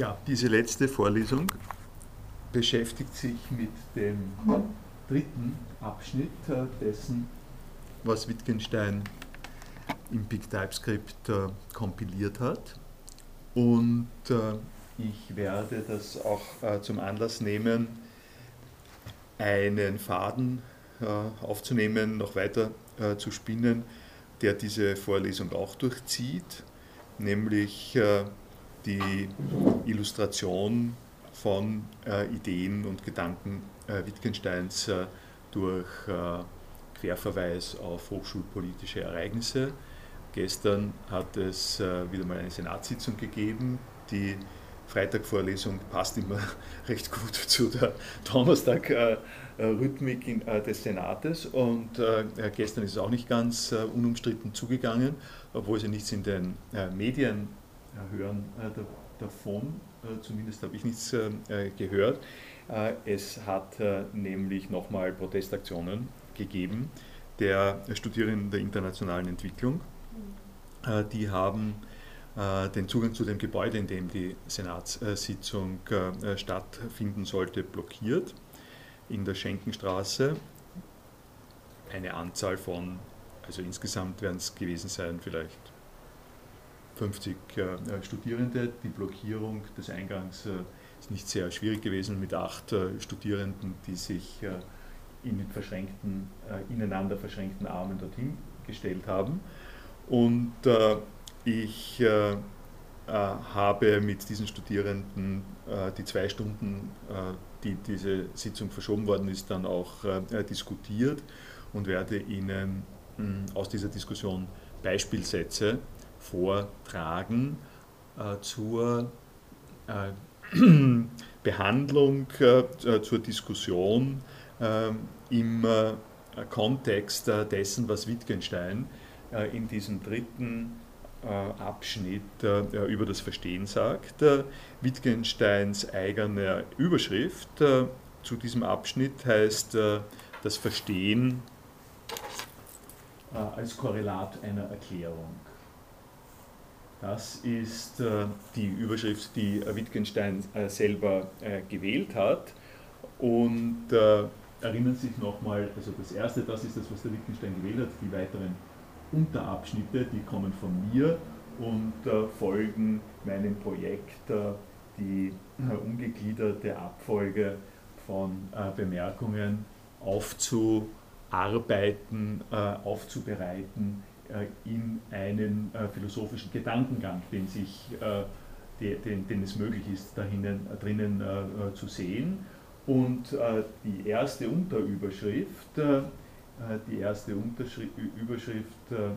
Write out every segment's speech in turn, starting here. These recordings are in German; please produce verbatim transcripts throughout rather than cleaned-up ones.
Ja, diese letzte Vorlesung beschäftigt sich mit dem dritten Abschnitt dessen, was Wittgenstein im Big TypeScript äh, kompiliert hat. Und äh, ich werde das auch äh, zum Anlass nehmen, einen Faden äh, aufzunehmen, noch weiter äh, zu spinnen, der diese Vorlesung auch durchzieht, nämlich äh, die Illustration von äh, Ideen und Gedanken äh, Wittgensteins äh, durch äh, Querverweis auf hochschulpolitische Ereignisse. Gestern hat es äh, wieder mal eine Senatssitzung gegeben. Die Freitagvorlesung passt immer recht gut zu der Donnerstag-Rhythmik äh, äh, des Senates und äh, gestern ist es auch nicht ganz äh, unumstritten zugegangen, obwohl Sie nichts in den äh, Medien äh, hören äh, da, davon, äh, zumindest habe ich nichts äh, gehört. Äh, es hat äh, nämlich nochmal Protestaktionen gegeben der Studierenden der internationalen Entwicklung. Äh, die haben den Zugang zu dem Gebäude, in dem die Senatssitzung äh, stattfinden sollte, blockiert, in der Schenkenstraße. Eine Anzahl von, also insgesamt werden es gewesen sein, vielleicht fünfzig äh, Studierende. Die Blockierung des Eingangs äh, ist nicht sehr schwierig gewesen mit acht äh, Studierenden, die sich äh, in verschränkten, äh, ineinander verschränkten Armen dorthin gestellt haben. Und äh, Ich äh, äh, habe mit diesen Studierenden äh, die zwei Stunden, äh, die diese Sitzung verschoben worden ist, dann auch äh, diskutiert und werde Ihnen mh, aus dieser Diskussion Beispielsätze vortragen äh, zur äh, Behandlung, äh, zur Diskussion äh, im äh, Kontext äh, dessen, was Wittgenstein äh, in diesem dritten Abschnitt äh, über das Verstehen sagt. Äh, Wittgensteins eigene Überschrift äh, zu diesem Abschnitt heißt äh, das Verstehen äh, als Korrelat einer Erklärung. Das ist äh, die Überschrift, die Wittgenstein äh, selber äh, gewählt hat. Und äh, erinnern Sie sich nochmal, also das erste, das ist das, was der Wittgenstein gewählt hat, die weiteren Unterabschnitte, die kommen von mir und äh, folgen meinem Projekt, äh, die äh, umgegliederte Abfolge von äh, Bemerkungen aufzuarbeiten, äh, aufzubereiten äh, in einen äh, philosophischen Gedankengang, den, sich, äh, de, den, den es möglich ist, dahin, äh, drinnen äh, zu sehen. Und äh, die erste Unterüberschrift, äh, Die erste Überschrift äh,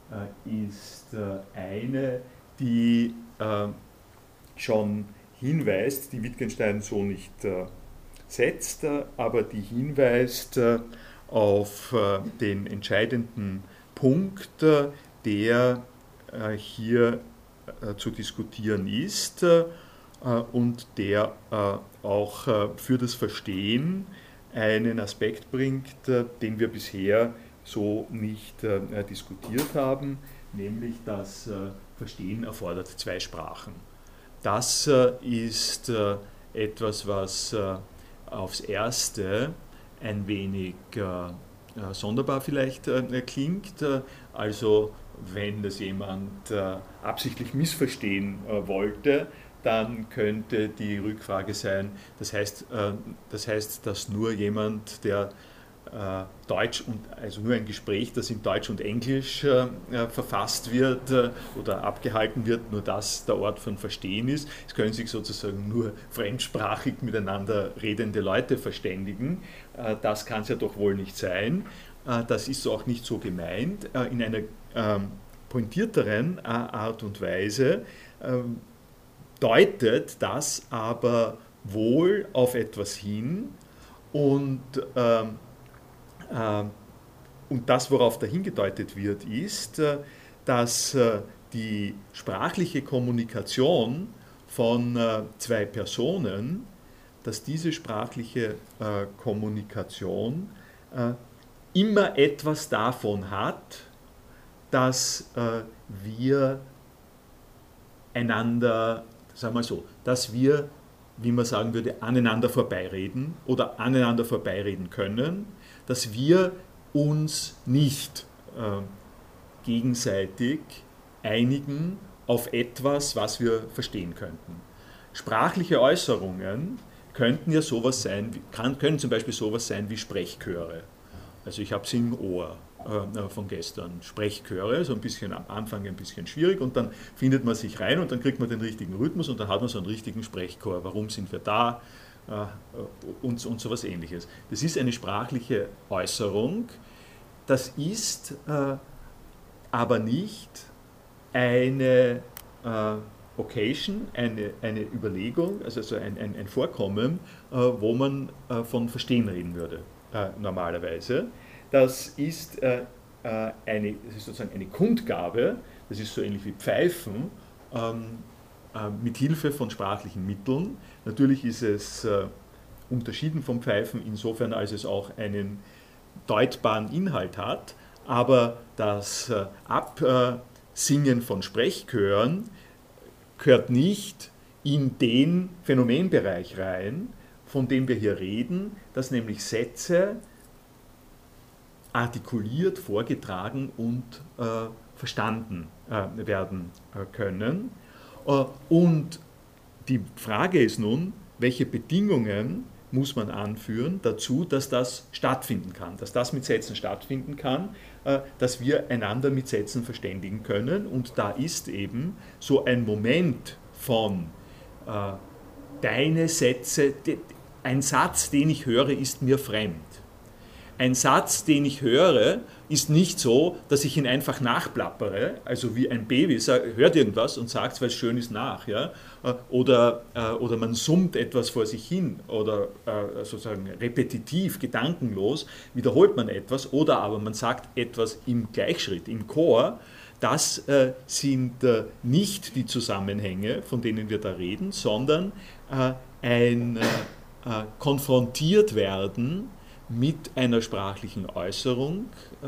ist äh, eine, die äh, schon hinweist, die Wittgenstein so nicht äh, setzt, äh, aber die hinweist äh, auf äh, den entscheidenden Punkt, äh, der äh, hier äh, zu diskutieren ist äh, und der äh, auch äh, für das Verstehen einen Aspekt bringt, den wir bisher so nicht äh, diskutiert haben, nämlich das äh, Verstehen erfordert zwei Sprachen. Das äh, ist äh, etwas, was äh, aufs Erste ein wenig äh, sonderbar vielleicht äh, klingt. Also wenn das jemand äh, absichtlich missverstehen äh, wollte, dann könnte die Rückfrage sein, das heißt, äh, das heißt, dass nur jemand, der äh, Deutsch und also nur ein Gespräch, das in Deutsch und Englisch äh, verfasst wird äh, oder abgehalten wird, nur das der Ort von Verstehen ist. Es können sich sozusagen nur fremdsprachig miteinander redende Leute verständigen. Äh, das kann es ja doch wohl nicht sein. Äh, das ist auch nicht so gemeint. Äh, in einer äh, pointierteren äh, Art und Weise äh, deutet das aber wohl auf etwas hin und, ähm, äh, und das, worauf da hingedeutet wird, ist, äh, dass äh, die sprachliche Kommunikation von äh, zwei Personen, dass diese sprachliche äh, Kommunikation äh, immer etwas davon hat, dass äh, wir einander sagen wir so, dass wir, wie man sagen würde, aneinander vorbeireden oder aneinander vorbeireden können, dass wir uns nicht äh, gegenseitig einigen auf etwas, was wir verstehen könnten. Sprachliche Äußerungen könnten ja sowas sein, kann, können zum Beispiel sowas sein wie Sprechchöre. Also ich habe es im Ohr äh, von gestern, Sprechchöre, so ein bisschen am Anfang ein bisschen schwierig und dann findet man sich rein und dann kriegt man den richtigen Rhythmus und dann hat man so einen richtigen Sprechchor. Warum sind wir da? Äh, und, und sowas Ähnliches. Das ist eine sprachliche Äußerung, das ist äh, aber nicht eine äh, Occasion, eine, eine Überlegung, also so ein, ein, ein Vorkommen, äh, wo man äh, von Verstehen reden würde, äh, normalerweise. Das ist, äh, äh, eine, das ist sozusagen eine Kundgabe, das ist so ähnlich wie Pfeifen, ähm, äh, mit Hilfe von sprachlichen Mitteln. Natürlich ist es äh, unterschieden vom Pfeifen insofern, als es auch einen deutbaren Inhalt hat, aber das äh, Absingen von Sprechchören gehört nicht in den Phänomenbereich rein, von dem wir hier reden, dass nämlich Sätze artikuliert, vorgetragen und äh, verstanden äh, werden äh, können. Äh, und die Frage ist nun, welche Bedingungen muss man anführen dazu, dass das stattfinden kann, dass das mit Sätzen stattfinden kann, äh, dass wir einander mit Sätzen verständigen können. Und da ist eben so ein Moment von äh, deine Sätze, ein Satz, den ich höre, ist mir fremd. Ein Satz, den ich höre, ist nicht so, dass ich ihn einfach nachplappere, also wie ein Baby sagt, hört irgendwas und sagt es, weil es schön ist, nach. Ja? Oder, oder man summt etwas vor sich hin oder sozusagen repetitiv, gedankenlos, wiederholt man etwas oder aber man sagt etwas im Gleichschritt, im Chor. Das sind nicht die Zusammenhänge, von denen wir da reden, sondern ein konfrontiert werden mit einer sprachlichen Äußerung,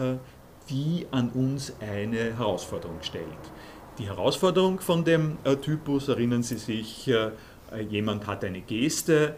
die an uns eine Herausforderung stellt. Die Herausforderung von dem Typus, erinnern Sie sich, jemand hat eine Geste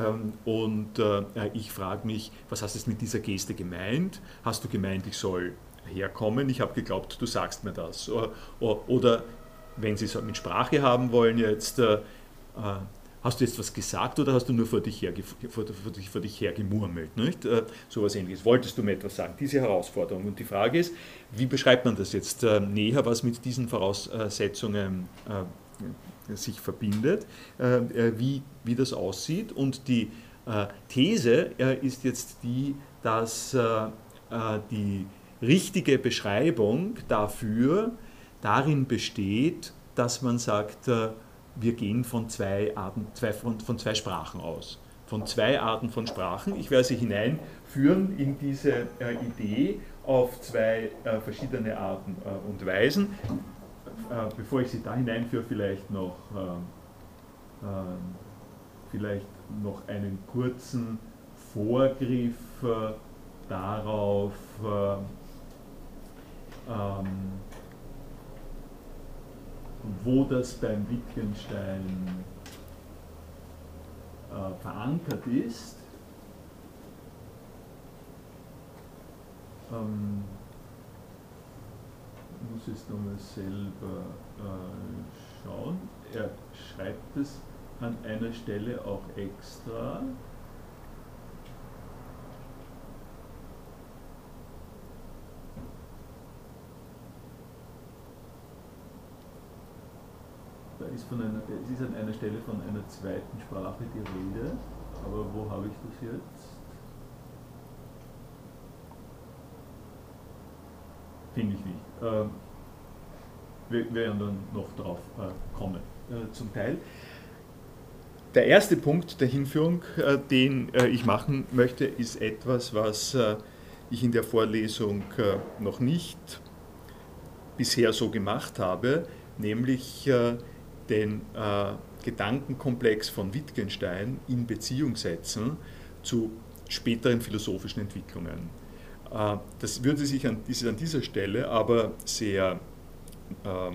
und ich frage mich, was hast du mit dieser Geste gemeint? Hast du gemeint, ich soll herkommen? Ich habe geglaubt, du sagst mir das. Oder wenn Sie es mit Sprache haben wollen jetzt, hast du jetzt was gesagt oder hast du nur vor dich her, vor, vor dich, vor dich her gemurmelt? Nicht? Äh, so etwas Ähnliches. Wolltest du mir etwas sagen? Diese Herausforderung. Und die Frage ist, wie beschreibt man das jetzt äh, näher, was mit diesen Voraussetzungen äh, sich verbindet, äh, wie, wie das aussieht. Und die äh, These äh, ist jetzt die, dass äh, die richtige Beschreibung dafür darin besteht, dass man sagt, äh, wir gehen von zwei, Arten, zwei, von, von zwei Sprachen aus. Von zwei Arten von Sprachen. Ich werde Sie hineinführen in diese äh, Idee auf zwei äh, verschiedene Arten äh, und Weisen. Äh, bevor ich Sie da hineinführe, vielleicht noch, äh, äh, vielleicht noch einen kurzen Vorgriff äh, darauf, äh, ähm, wo das beim Wittgenstein äh, verankert ist. Ähm, ich muss jetzt nochmal selber äh, schauen. Er schreibt es an einer Stelle auch extra. Da ist von einer, es ist an einer Stelle von einer zweiten Sprache die Rede, aber wo habe ich das jetzt? Finde ich nicht. Ähm, wir werden dann noch drauf äh, kommen, äh, zum Teil. Der erste Punkt der Hinführung, äh, den äh, ich machen möchte, ist etwas, was äh, ich in der Vorlesung äh, noch nicht bisher so gemacht habe, nämlich äh, den äh, Gedankenkomplex von Wittgenstein in Beziehung setzen zu späteren philosophischen Entwicklungen. Äh, das würde sich an, ist an dieser Stelle aber sehr ähm,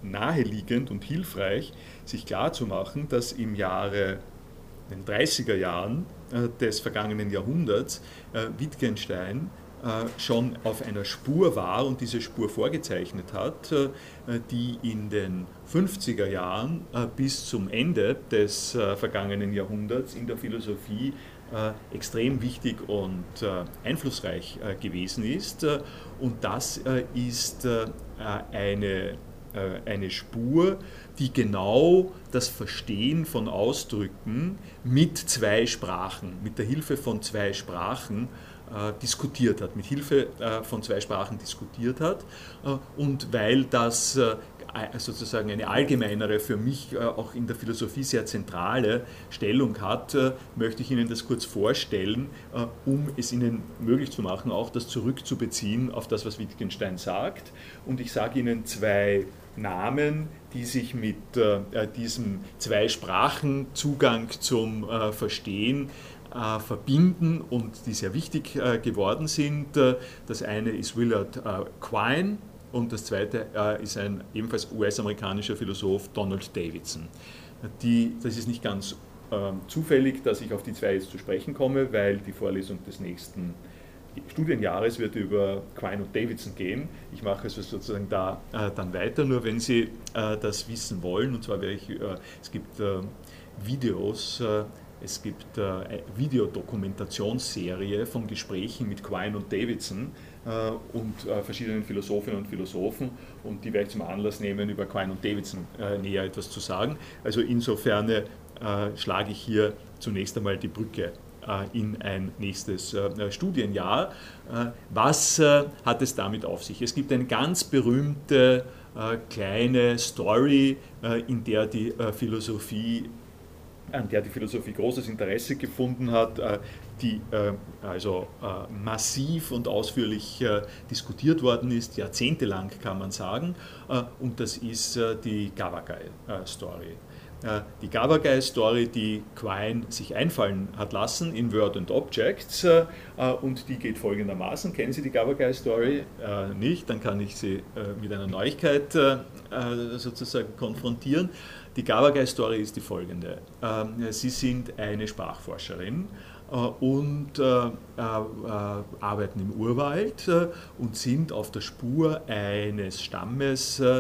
naheliegend und hilfreich, sich klarzumachen, dass im Jahre, in den dreißiger Jahren des vergangenen Jahrhunderts, Wittgenstein schon auf einer Spur war und diese Spur vorgezeichnet hat, die in den fünfziger Jahren bis zum Ende des vergangenen Jahrhunderts in der Philosophie extrem wichtig und einflussreich gewesen ist. Und das ist eine, eine Spur, die genau das Verstehen von Ausdrücken mit zwei Sprachen, mit der Hilfe von zwei Sprachen äh, diskutiert hat, mit Hilfe äh, von zwei Sprachen diskutiert hat. Äh, und weil das äh, sozusagen eine allgemeinere, für mich äh, auch in der Philosophie sehr zentrale Stellung hat, äh, möchte ich Ihnen das kurz vorstellen, äh, um es Ihnen möglich zu machen, auch das zurückzubeziehen auf das, was Wittgenstein sagt. Und ich sage Ihnen zwei Namen, die sich mit äh, diesem Zweisprachenzugang zum äh, Verstehen äh, verbinden und die sehr wichtig äh, geworden sind. Das eine ist Willard äh, Quine und das zweite äh, ist ein ebenfalls U S-amerikanischer Philosoph, Donald Davidson. Die, das ist nicht ganz äh, zufällig, dass ich auf die zwei jetzt zu sprechen komme, weil die Vorlesung des nächsten Studienjahres wird über Quine und Davidson gehen. Ich mache also sozusagen da äh, dann weiter, nur wenn Sie äh, das wissen wollen, und zwar werde ich, äh, es gibt äh, Videos, äh, es gibt äh, eine Videodokumentationsserie von Gesprächen mit Quine und Davidson äh, und äh, verschiedenen Philosophinnen und Philosophen, und die werde ich zum Anlass nehmen, über Quine und Davidson äh, näher etwas zu sagen. Also insofern äh, schlage ich hier zunächst einmal die Brücke in ein nächstes Studienjahr. Was hat es damit auf sich? Es gibt eine ganz berühmte kleine Story, in der die Philosophie, an der die Philosophie großes Interesse gefunden hat, die also massiv und ausführlich diskutiert worden ist, jahrzehntelang kann man sagen, und das ist die Gavagai-Story. Die Gavagai-Story, die Quine sich einfallen hat lassen in Word and Objects, und die geht folgendermaßen. Kennen Sie die Gavagai-Story nicht? Dann kann ich Sie mit einer Neuigkeit sozusagen konfrontieren. Die Gavagai-Story ist die folgende. Sie sind eine Sprachforscherin und äh, äh, arbeiten im Urwald äh, und sind auf der Spur eines Stammes. Äh,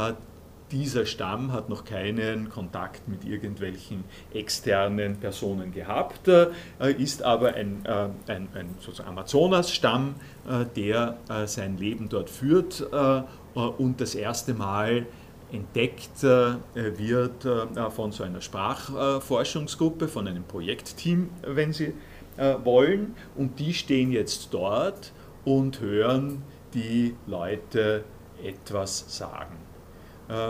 Dieser Stamm hat noch keinen Kontakt mit irgendwelchen externen Personen gehabt, äh, ist aber ein, äh, ein, ein sozusagen Amazonas-Stamm, äh, der äh, sein Leben dort führt äh, und das erste Mal entdeckt äh, wird äh, von so einer Sprachforschungsgruppe, von einem Projektteam, wenn Sie äh, wollen. Und die stehen jetzt dort und hören die Leute etwas sagen. Äh,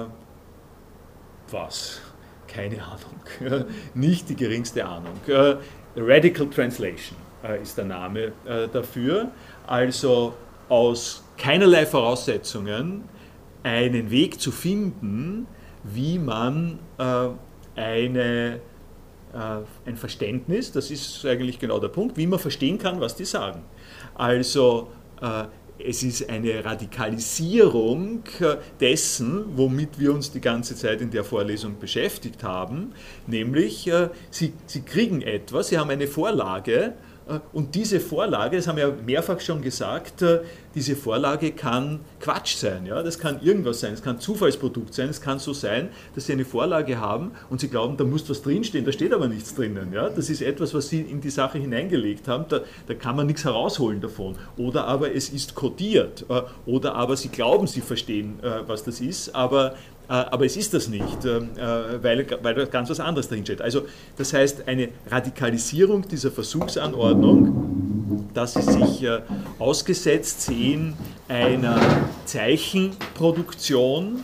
was? Keine Ahnung. Nicht die geringste Ahnung. Äh, Radical Translation äh, ist der Name äh, dafür. Also aus keinerlei Voraussetzungen einen Weg zu finden, wie man äh, eine, äh, ein Verständnis, das ist eigentlich genau der Punkt, wie man verstehen kann, was die sagen. Also äh, es ist eine Radikalisierung dessen, womit wir uns die ganze Zeit in der Vorlesung beschäftigt haben, nämlich äh, sie, sie kriegen etwas, sie haben eine Vorlage, äh, und diese Vorlage, das haben wir ja mehrfach schon gesagt, äh, diese Vorlage kann Quatsch sein, ja? Das kann irgendwas sein, es kann Zufallsprodukt sein, es kann so sein, dass Sie eine Vorlage haben und Sie glauben, da muss was drinstehen, da steht aber nichts drinnen. Ja? Das ist etwas, was Sie in die Sache hineingelegt haben, da, da kann man nichts herausholen davon. Oder aber es ist kodiert, äh, oder aber Sie glauben, Sie verstehen, äh, was das ist, aber aber es ist das nicht, weil, weil da ganz was anderes drin steht. Also das heißt, eine Radikalisierung dieser Versuchsanordnung, dass sie sich ausgesetzt sehen einer Zeichenproduktion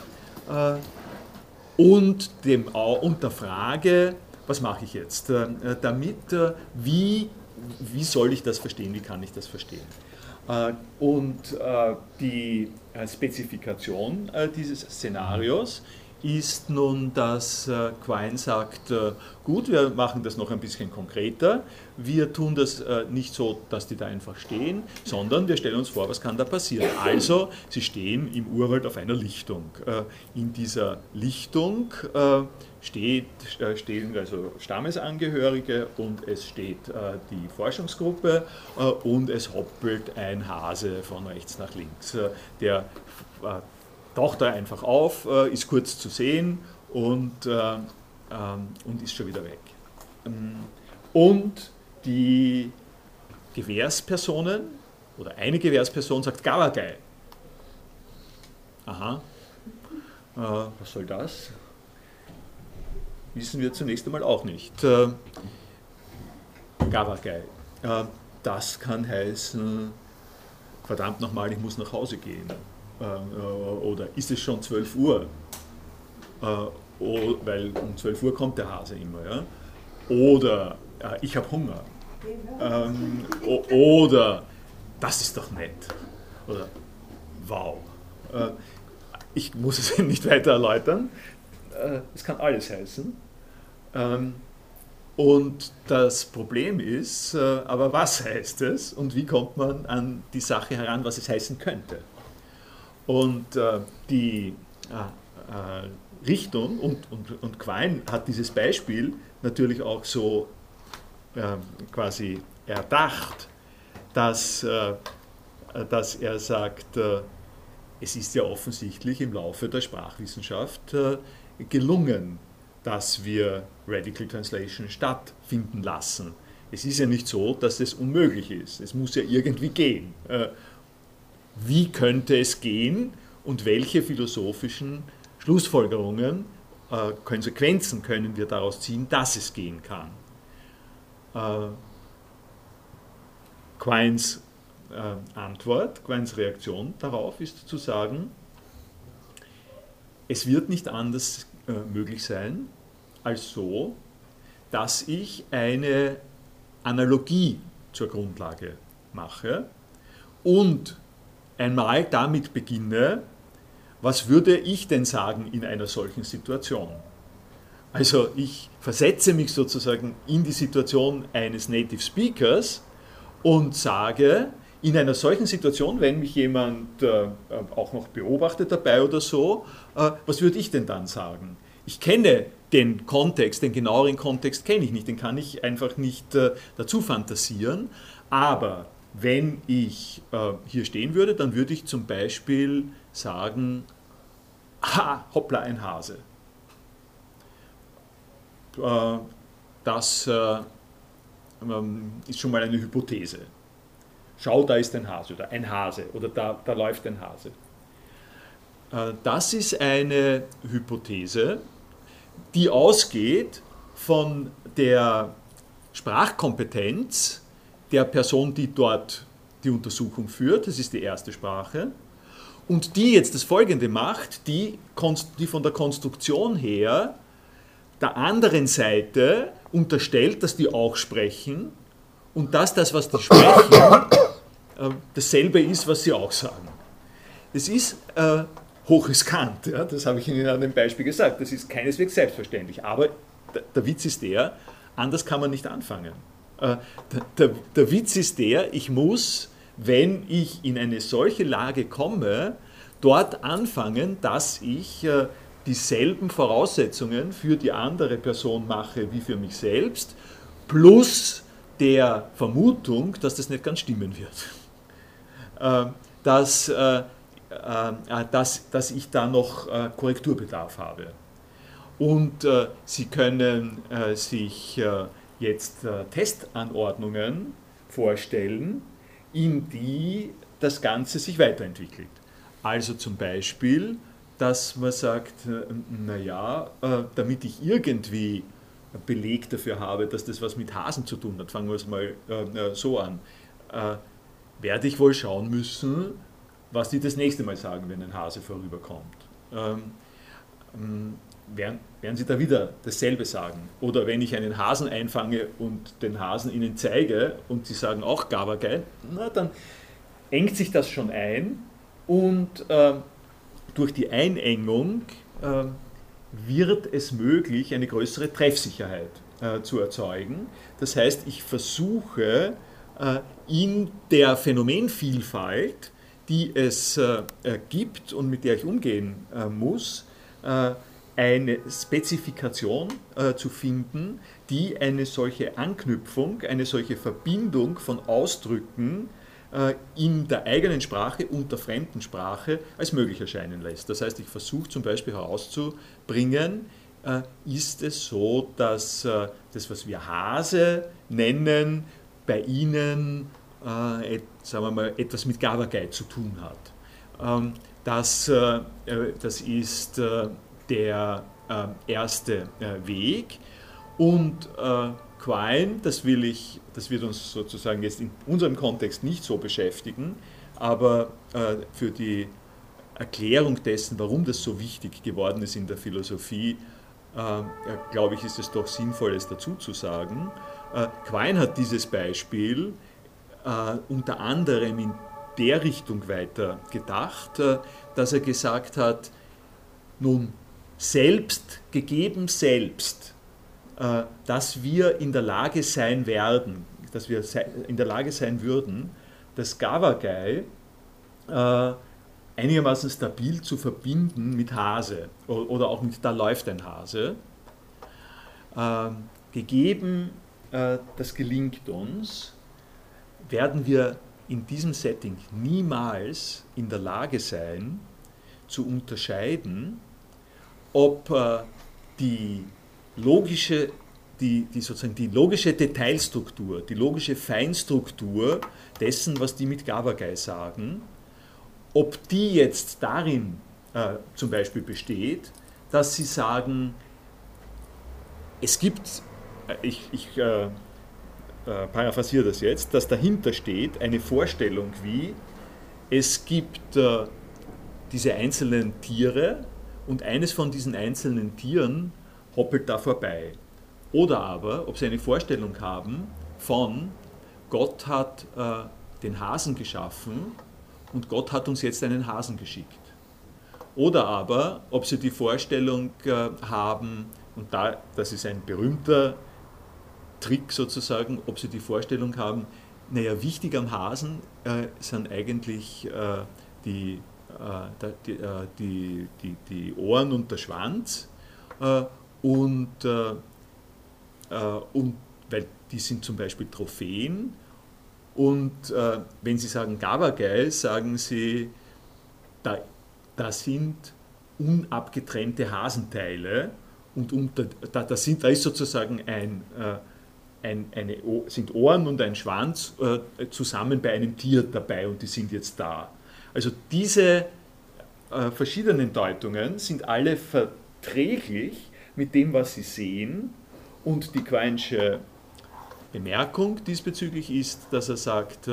und, dem, und der Frage, was mache ich jetzt damit, wie, wie soll ich das verstehen, wie kann ich das verstehen. Und die Spezifikation dieses Szenarios ist nun, dass äh, Quine sagt, äh, gut, wir machen das noch ein bisschen konkreter, wir tun das äh, nicht so, dass die da einfach stehen, sondern wir stellen uns vor, was kann da passieren. Also, sie stehen im Urwald auf einer Lichtung. Äh, in dieser Lichtung äh, steht, äh, stehen also Stammesangehörige und es steht äh, die Forschungsgruppe äh, und es hoppelt ein Hase von rechts nach links, äh, der äh, taucht da einfach auf, äh, ist kurz zu sehen und, äh, ähm, und ist schon wieder weg. Und die Gewährspersonen oder eine Gewährsperson sagt Gavagai. Aha, äh, was soll das? Wissen wir zunächst einmal auch nicht. Äh, Gavagai, äh, das kann heißen, verdammt nochmal, ich muss nach Hause gehen. Oder ist es schon zwölf Uhr? Weil um zwölf Uhr kommt der Hase immer. Ja? Oder ich habe Hunger. Oder das ist doch nett. Oder wow. Ich muss es nicht weiter erläutern. Es kann alles heißen. Und das Problem ist, aber was heißt es und wie kommt man an die Sache heran, was es heißen könnte? Und äh, die äh, äh, Richtung, und, und, und Quine hat dieses Beispiel natürlich auch so äh, quasi erdacht, dass, äh, dass er sagt, äh, es ist ja offensichtlich im Laufe der Sprachwissenschaft äh, gelungen, dass wir Radical Translation stattfinden lassen. Es ist ja nicht so, dass es unmöglich ist. Es muss ja irgendwie gehen. Äh, Wie könnte es gehen und welche philosophischen Schlussfolgerungen, äh, Konsequenzen können wir daraus ziehen, dass es gehen kann? Äh, Quines äh, Antwort, Quines Reaktion darauf ist zu sagen, es wird nicht anders äh, möglich sein, als so, dass ich eine Analogie zur Grundlage mache und einmal damit beginne, was würde ich denn sagen in einer solchen Situation? Also ich versetze mich sozusagen in die Situation eines Native Speakers und sage, in einer solchen Situation, wenn mich jemand äh, auch noch beobachtet dabei oder so, äh, was würde ich denn dann sagen? Ich kenne den Kontext, den genaueren Kontext kenne ich nicht, den kann ich einfach nicht äh, dazu fantasieren, aber wenn ich äh, hier stehen würde, dann würde ich zum Beispiel sagen, ha, hoppla, ein Hase. Äh, das äh, ähm, ist schon mal eine Hypothese. Schau, da ist ein Hase oder ein Hase oder da, da läuft ein Hase. Äh, das ist eine Hypothese, die ausgeht von der Sprachkompetenz der Person, die dort die Untersuchung führt, das ist die erste Sprache, und die jetzt das Folgende macht, die, die von der Konstruktion her der anderen Seite unterstellt, dass die auch sprechen und dass das, was die sprechen, äh, dasselbe ist, was sie auch sagen. Das ist äh, hochriskant, ja? Das habe ich Ihnen an dem Beispiel gesagt, das ist keineswegs selbstverständlich, aber der, der Witz ist der, anders kann man nicht anfangen. Der, der, der Witz ist der, ich muss, wenn ich in eine solche Lage komme, dort anfangen, dass ich äh, dieselben Voraussetzungen für die andere Person mache wie für mich selbst, plus der Vermutung, dass das nicht ganz stimmen wird. Äh, dass, äh, äh, dass, dass ich da noch äh, Korrekturbedarf habe. Und äh, Sie können äh, sich äh, jetzt äh, Testanordnungen vorstellen, in die das Ganze sich weiterentwickelt. Also zum Beispiel, dass man sagt, naja, äh, damit ich irgendwie Beleg dafür habe, dass das was mit Hasen zu tun hat, fangen wir es mal äh, so an, äh, werde ich wohl schauen müssen, was die das nächste Mal sagen, wenn ein Hase vorüberkommt. Ähm, ähm, werden, werden sie da wieder dasselbe sagen? Oder wenn ich einen Hasen einfange und den Hasen ihnen zeige und sie sagen auch Gavagai, na dann engt sich das schon ein und äh, durch die Einengung äh, wird es möglich, eine größere Treffsicherheit äh, zu erzeugen. Das heißt, ich versuche äh, in der Phänomenvielfalt, die es äh, gibt und mit der ich umgehen äh, muss, äh, eine Spezifikation äh, zu finden, die eine solche Anknüpfung, eine solche Verbindung von Ausdrücken äh, in der eigenen Sprache und der fremden Sprache als möglich erscheinen lässt. Das heißt, ich versuche zum Beispiel herauszubringen, äh, ist es so, dass äh, das, was wir Hase nennen, bei Ihnen äh, et, sagen wir mal, etwas mit Gavagai zu tun hat. Ähm, das, äh, das ist äh, der äh, erste äh, Weg. Und äh, Quine, das will ich, das wird uns sozusagen jetzt in unserem Kontext nicht so beschäftigen, aber äh, für die Erklärung dessen, warum das so wichtig geworden ist in der Philosophie, äh, glaube ich, ist es doch sinnvoll, es dazu zu sagen. Äh, Quine hat dieses Beispiel äh, unter anderem in der Richtung weiter gedacht, äh, dass er gesagt hat, nun, selbst, gegeben selbst, äh, dass wir in der Lage sein werden, dass wir in der Lage sein würden, das Gavagai äh, einigermaßen stabil zu verbinden mit Hase oder auch mit Da läuft ein Hase. Äh, gegeben, äh, das gelingt uns, werden wir in diesem Setting niemals in der Lage sein, zu unterscheiden, ob äh, die logische, die, die, sozusagen die logische Detailstruktur, die logische Feinstruktur dessen, was die mit Gavagai sagen, ob die jetzt darin äh, zum Beispiel besteht, dass sie sagen, es gibt, äh, ich, ich äh, äh, paraphrasiere das jetzt, dass dahinter steht eine Vorstellung wie, es gibt äh, diese einzelnen Tiere und eines von diesen einzelnen Tieren hoppelt da vorbei. Oder aber, ob sie eine Vorstellung haben von, Gott hat äh, den Hasen geschaffen und Gott hat uns jetzt einen Hasen geschickt. Oder aber, ob sie die Vorstellung äh, haben, und da, das ist ein berühmter Trick sozusagen, ob sie die Vorstellung haben, naja, wichtig am Hasen äh, sind eigentlich äh, die, äh, die, äh, die, die, die Ohren und der Schwanz äh, und, äh, äh, und weil die sind zum Beispiel Trophäen. Und äh, wenn Sie sagen Gavagai, sagen Sie, da, da sind unabgetrennte Hasenteile und unter, da, da, sind, da ist sozusagen ein, äh, ein, eine, sind Ohren und ein Schwanz äh, zusammen bei einem Tier dabei und die sind jetzt da. Also diese äh, verschiedenen Deutungen sind alle verträglich mit dem, was Sie sehen, und die Quinesche Bemerkung diesbezüglich ist, dass er sagt,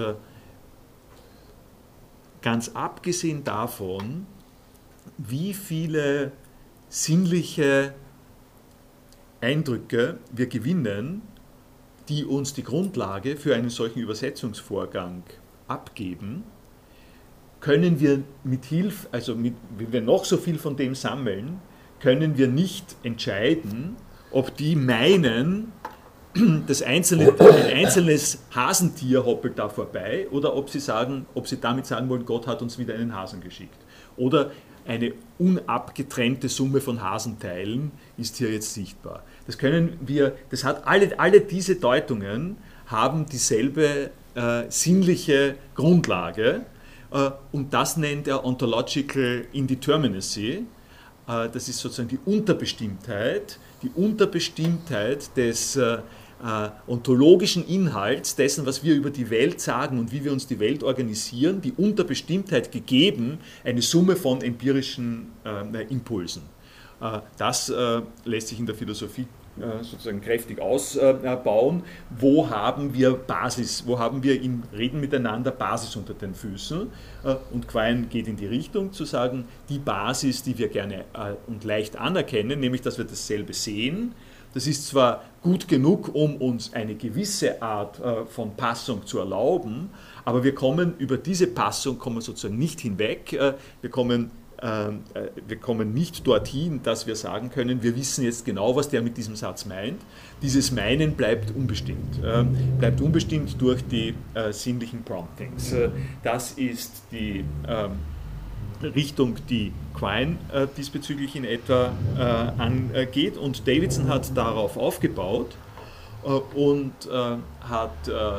ganz abgesehen davon, wie viele sinnliche Eindrücke wir gewinnen, die uns die Grundlage für einen solchen Übersetzungsvorgang abgeben, können wir mit Hilfe, also mit, wenn wir noch so viel von dem sammeln, können wir nicht entscheiden, ob die meinen, das einzelne, ein einzelnes Hasentier hoppelt da vorbei, oder ob sie sagen, ob sie damit sagen wollen, Gott hat uns wieder einen Hasen geschickt. Oder eine unabgetrennte Summe von Hasenteilen ist hier jetzt sichtbar. Das können wir, das hat alle, alle diese Deutungen haben dieselbe äh, sinnliche Grundlage, äh, und das nennt er Ontological Indeterminacy. Äh, das ist sozusagen die Unterbestimmtheit, die Unterbestimmtheit des äh, äh, ontologischen Inhalts, dessen, was wir über die Welt sagen und wie wir uns die Welt organisieren, die Unterbestimmtheit gegeben, eine Summe von empirischen äh, Impulsen. Äh, das äh, lässt sich in der Philosophie äh, sozusagen kräftig ausbauen. Wo haben wir Basis, wo haben wir im Reden miteinander Basis unter den Füßen? Äh, und Quine geht in die Richtung zu sagen, die Basis, die wir gerne äh, und leicht anerkennen, nämlich, dass wir dasselbe sehen. Das ist zwar gut genug, um uns eine gewisse Art äh, von Passung zu erlauben, aber wir kommen über diese Passung kommen sozusagen nicht hinweg. Äh, wir kommen wir kommen nicht dorthin, dass wir sagen können, wir wissen jetzt genau, was der mit diesem Satz meint. Dieses Meinen bleibt unbestimmt, bleibt unbestimmt durch die sinnlichen Promptings. Das ist die Richtung, die Quine diesbezüglich in etwa angeht, und Davidson hat darauf aufgebaut und hat,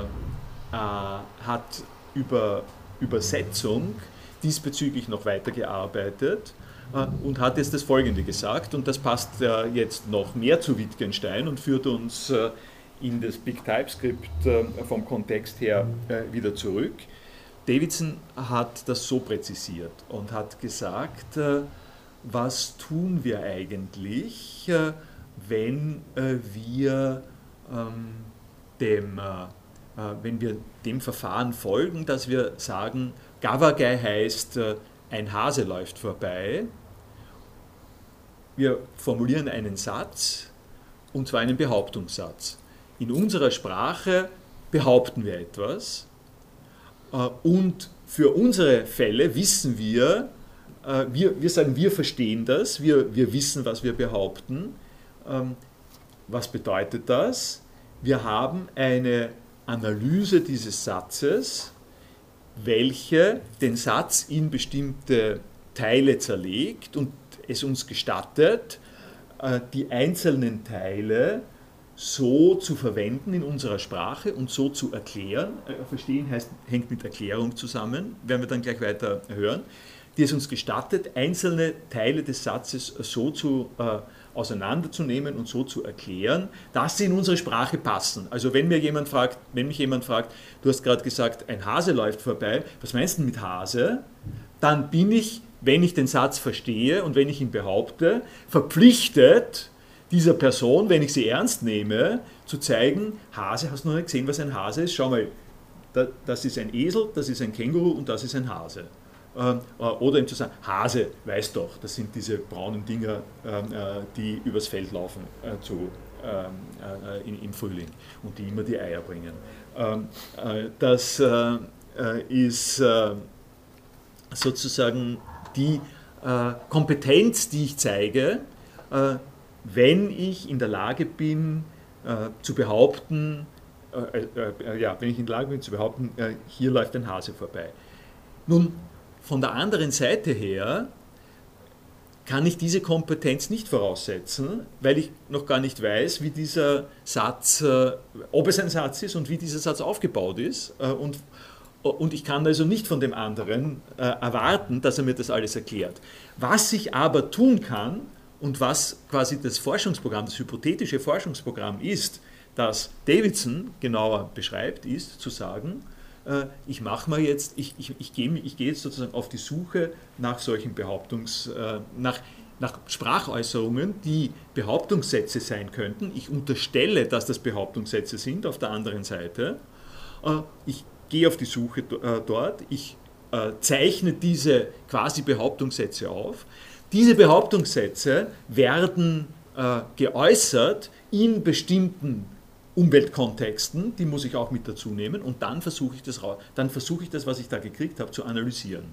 hat über Übersetzung diesbezüglich noch weitergearbeitet äh, und hat jetzt das Folgende gesagt, und das passt äh, jetzt noch mehr zu Wittgenstein und führt uns äh, in das Big TypeScript äh, vom Kontext her äh, wieder zurück. Davidson hat das so präzisiert und hat gesagt, äh, was tun wir eigentlich, äh, wenn äh, wir ähm, dem, äh, wenn wir dem Verfahren folgen, dass wir sagen, Gavagai heißt, ein Hase läuft vorbei. Wir formulieren einen Satz, und zwar einen Behauptungssatz. In unserer Sprache behaupten wir etwas, und für unsere Fälle wissen wir, wir, wir sagen, wir verstehen das, wir, wir wissen, was wir behaupten. Was bedeutet das? Wir haben eine Analyse dieses Satzes, welche den Satz in bestimmte Teile zerlegt und es uns gestattet, die einzelnen Teile so zu verwenden in unserer Sprache und so zu erklären. Verstehen heißt, hängt mit Erklärung zusammen, werden wir dann gleich weiter hören, die es uns gestattet, einzelne Teile des Satzes so zu äh, auseinanderzunehmen und so zu erklären, dass sie in unsere Sprache passen. Also wenn mir jemand fragt, wenn mich jemand fragt, du hast gerade gesagt, ein Hase läuft vorbei, was meinst du mit Hase? Dann bin ich, wenn ich den Satz verstehe und wenn ich ihn behaupte, verpflichtet, dieser Person, wenn ich sie ernst nehme, zu zeigen, Hase, hast du noch nicht gesehen, was ein Hase ist? Schau mal, das ist ein Esel, das ist ein Känguru und das ist ein Hase. Oder ihm zu sagen, Hase, weiß doch, das sind diese braunen Dinger, die übers Feld laufen zu, im Frühling und die immer die Eier bringen. Das ist sozusagen die Kompetenz, die ich zeige, wenn ich in der Lage bin, zu behaupten, ja, wenn ich in der Lage bin zu behaupten, hier läuft ein Hase vorbei. Nun, von der anderen Seite her kann ich diese Kompetenz nicht voraussetzen, weil ich noch gar nicht weiß, wie dieser Satz, ob es ein Satz ist und wie dieser Satz aufgebaut ist. Und, und ich kann also nicht von dem anderen erwarten, dass er mir das alles erklärt. Was ich aber tun kann und was quasi das Forschungsprogramm, das hypothetische Forschungsprogramm ist, das Davidson genauer beschreibt, ist zu sagen, ich mache mal jetzt, ich, ich, ich gehe ich geh jetzt sozusagen auf die Suche nach solchen Behauptungs, nach, nach Sprachäußerungen, die Behauptungssätze sein könnten. Ich unterstelle, dass das Behauptungssätze sind auf der anderen Seite. Ich gehe auf die Suche dort, ich zeichne diese quasi Behauptungssätze auf. Diese Behauptungssätze werden geäußert in bestimmten Umweltkontexten, die muss ich auch mit dazu nehmen, und dann versuche ich das, dann versuche ich das, was ich da gekriegt habe, zu analysieren.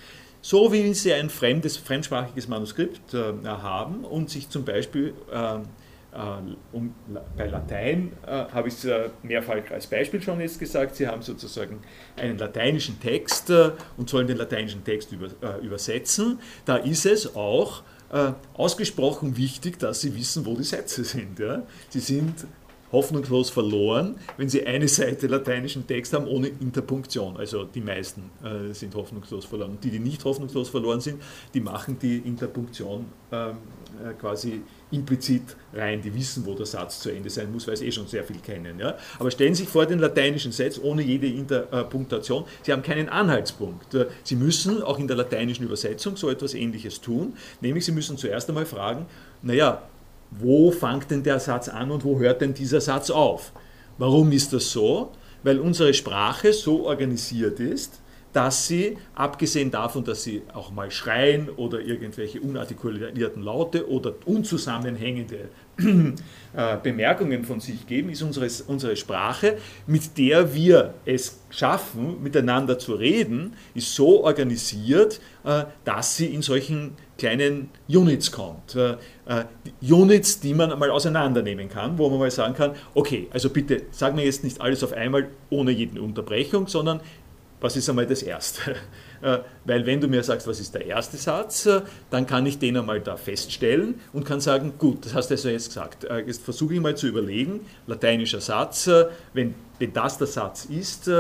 So wie Sie ein fremdes, fremdsprachiges Manuskript äh, haben und sich zum Beispiel äh, äh, um, bei Latein, äh, habe ich es äh, mehrfach als Beispiel schon jetzt gesagt, Sie haben sozusagen einen lateinischen Text äh, und sollen den lateinischen Text über, äh, übersetzen. Da ist es auch äh, ausgesprochen wichtig, dass Sie wissen, wo die Sätze sind. Ja? Sie sind hoffnungslos verloren, wenn Sie eine Seite lateinischen Text haben ohne Interpunktion. Also die meisten äh, sind hoffnungslos verloren. Und die, die nicht hoffnungslos verloren sind, die machen die Interpunktion ähm, äh, quasi implizit rein. Die wissen, wo der Satz zu Ende sein muss, weil sie eh schon sehr viel kennen. Ja? Aber stellen Sie sich vor den lateinischen Satz ohne jede Interpunktation. Sie haben keinen Anhaltspunkt. Sie müssen auch in der lateinischen Übersetzung so etwas Ähnliches tun, nämlich Sie müssen zuerst einmal fragen, naja, wo fängt denn der Satz an und wo hört denn dieser Satz auf? Warum ist das so? Weil unsere Sprache so organisiert ist, dass sie, abgesehen davon, dass sie auch mal schreien oder irgendwelche unartikulierten Laute oder unzusammenhängende äh, Bemerkungen von sich geben, ist unsere, unsere Sprache, mit der wir es schaffen, miteinander zu reden, ist so organisiert, äh, dass sie in solchen kleinen Units kommt. Äh, äh, Units, die man einmal auseinandernehmen kann, wo man mal sagen kann, okay, also bitte sag mir jetzt nicht alles auf einmal ohne jede Unterbrechung, sondern was ist einmal das Erste? Weil wenn du mir sagst, was ist der erste Satz, dann kann ich den einmal da feststellen und kann sagen, gut, das hast du also jetzt gesagt. Jetzt versuche ich mal zu überlegen, lateinischer Satz, wenn, wenn das der Satz ist,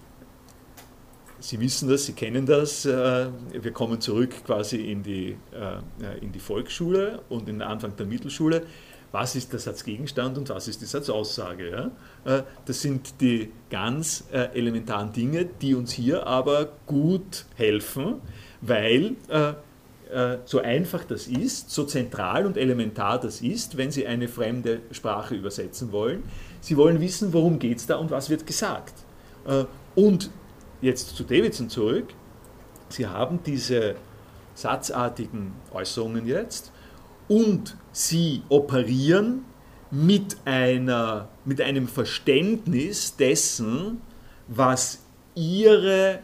Sie wissen das, Sie kennen das, wir kommen zurück quasi in die, in die Volksschule und in den Anfang der Mittelschule. Was ist der Satzgegenstand und was ist die Satzaussage? Ja? Das sind die ganz elementaren Dinge, die uns hier aber gut helfen, weil so einfach das ist, so zentral und elementar das ist, wenn Sie eine fremde Sprache übersetzen wollen. Sie wollen wissen, worum geht es da und was wird gesagt. Und jetzt zu Davidson zurück. Sie haben diese satzartigen Äußerungen jetzt und sie operieren mit, einer, mit einem Verständnis dessen, was ihre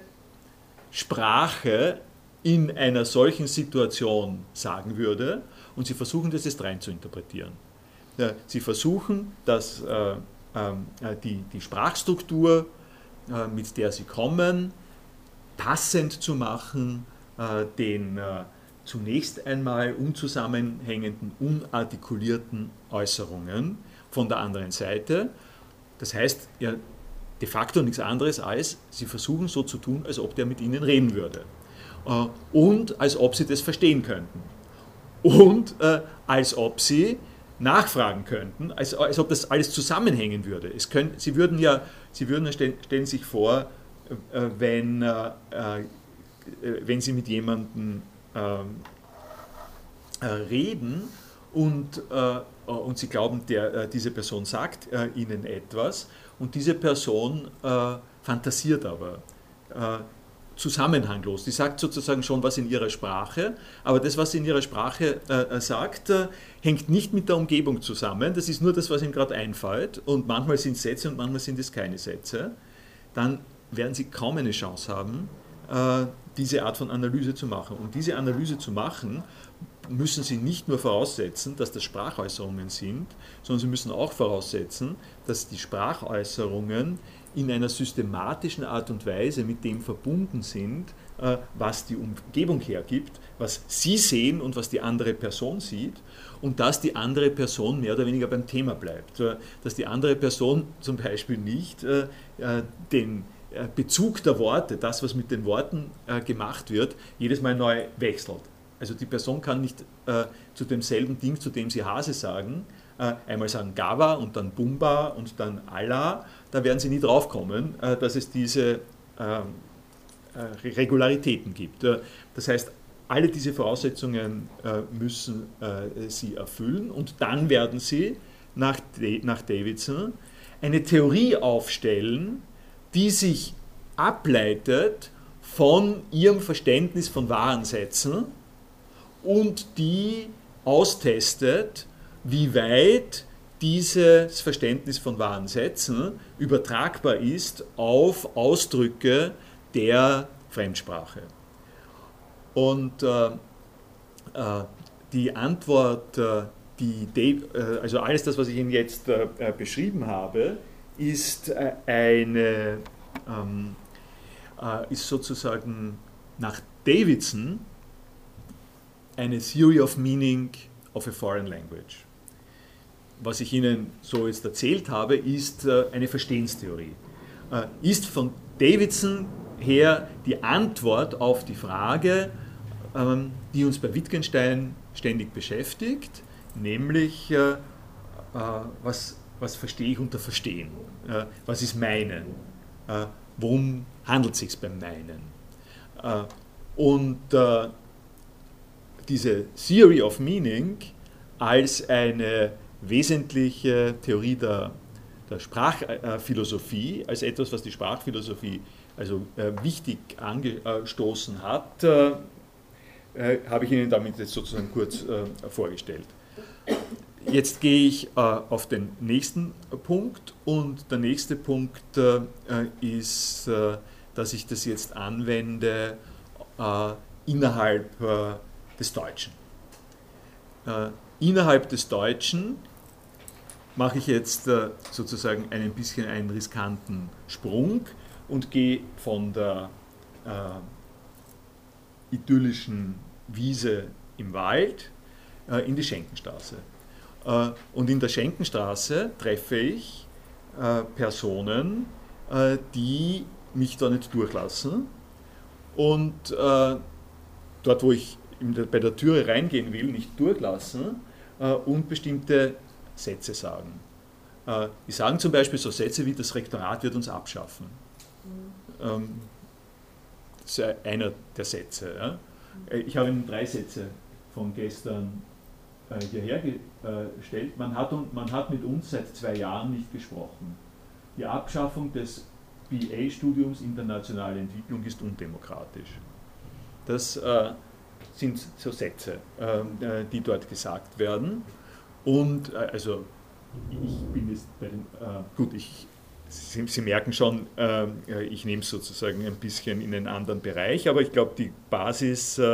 Sprache in einer solchen Situation sagen würde, und sie versuchen das jetzt rein zu interpretieren. Sie versuchen, dass äh, äh, die, die Sprachstruktur, äh, mit der sie kommen, passend zu machen, äh, den äh, zunächst einmal unzusammenhängenden, unartikulierten Äußerungen von der anderen Seite. Das heißt ja de facto nichts anderes als, sie versuchen so zu tun, als ob der mit ihnen reden würde. Äh, und als ob sie das verstehen könnten. Und äh, als ob sie nachfragen könnten, als, als ob das alles zusammenhängen würde. Es können, sie würden ja, sie würden ja stellen, stellen sich vor, äh, wenn, äh, äh, wenn sie mit jemandem äh, äh, reden und, äh, und sie glauben, der, äh, diese Person sagt äh, ihnen etwas und diese Person äh, fantasiert aber äh, zusammenhanglos. Die sagt sozusagen schon was in ihrer Sprache, aber das, was sie in ihrer Sprache äh, sagt, äh, hängt nicht mit der Umgebung zusammen. Das ist nur das, was ihnen gerade einfällt. Und manchmal sind es Sätze und manchmal sind es keine Sätze. Dann werden sie kaum eine Chance haben, äh, diese Art von Analyse zu machen. Um diese Analyse zu machen, müssen sie nicht nur voraussetzen, dass das Sprachäußerungen sind, sondern sie müssen auch voraussetzen, dass die Sprachäußerungen in einer systematischen Art und Weise mit dem verbunden sind, was die Umgebung hergibt, was Sie sehen und was die andere Person sieht und dass die andere Person mehr oder weniger beim Thema bleibt. Dass die andere Person zum Beispiel nicht den Bezug der Worte, das, was mit den Worten gemacht wird, jedes Mal neu wechselt. Also die Person kann nicht zu demselben Ding, zu dem Sie Hase sagen, einmal sagen Gaba und dann Bumba und dann Allah, da werden Sie nie drauf kommen, dass es diese Regularitäten gibt. Das heißt, alle diese Voraussetzungen müssen Sie erfüllen und dann werden Sie nach Davidson eine Theorie aufstellen, die sich ableitet von Ihrem Verständnis von wahren Sätzen und die austestet, wie weit dieses Verständnis von wahren Sätzen übertragbar ist auf Ausdrücke der Fremdsprache. Und äh, äh, die Antwort, äh, die Dave, äh, also alles das, was ich Ihnen jetzt äh, beschrieben habe, ist äh, eine, ähm, äh, ist sozusagen nach Davidson eine Theory of Meaning of a Foreign Language. Was ich Ihnen so jetzt erzählt habe, ist äh, eine Verstehenstheorie. Äh, ist von Davidson her die Antwort auf die Frage, ähm, die uns bei Wittgenstein ständig beschäftigt, nämlich äh, äh, was, was verstehe ich unter Verstehen? Äh, was ist Meinen? Äh, worum handelt es sich beim Meinen? Äh, und äh, diese Theory of Meaning als eine wesentliche Theorie der, der Sprachphilosophie, als etwas, was die Sprachphilosophie also äh, wichtig angestoßen hat, äh, äh, habe ich Ihnen damit jetzt sozusagen kurz äh, vorgestellt. Jetzt gehe ich äh, auf den nächsten Punkt, und der nächste Punkt äh, ist, äh, dass ich das jetzt anwende äh, innerhalb äh, des Deutschen. Äh, innerhalb des Deutschen mache ich jetzt äh, sozusagen ein bisschen einen riskanten Sprung und gehe von der äh, idyllischen Wiese im Wald äh, in die Schenkenstraße. Äh, und in der Schenkenstraße treffe ich äh, Personen, äh, die mich da nicht durchlassen, und äh, dort, wo ich in der, bei der Türe reingehen will, nicht durchlassen äh, und bestimmte Sätze sagen. Äh, die sagen zum Beispiel so Sätze wie: das Rektorat wird uns abschaffen. Mhm. Ähm, das ist einer der Sätze. Ja. Ich habe Ihnen drei Sätze von gestern äh, hierher gestellt. Man hat, man hat mit uns seit zwei Jahren nicht gesprochen. Die Abschaffung des B A-Studiums Internationale Entwicklung ist undemokratisch. Das äh, sind so Sätze, äh, die dort gesagt werden. Und äh, also ich bin jetzt bei den, äh, gut, ich, Sie, Sie merken schon, äh, ich nehme es sozusagen ein bisschen in einen anderen Bereich, aber ich glaube, die Basis äh,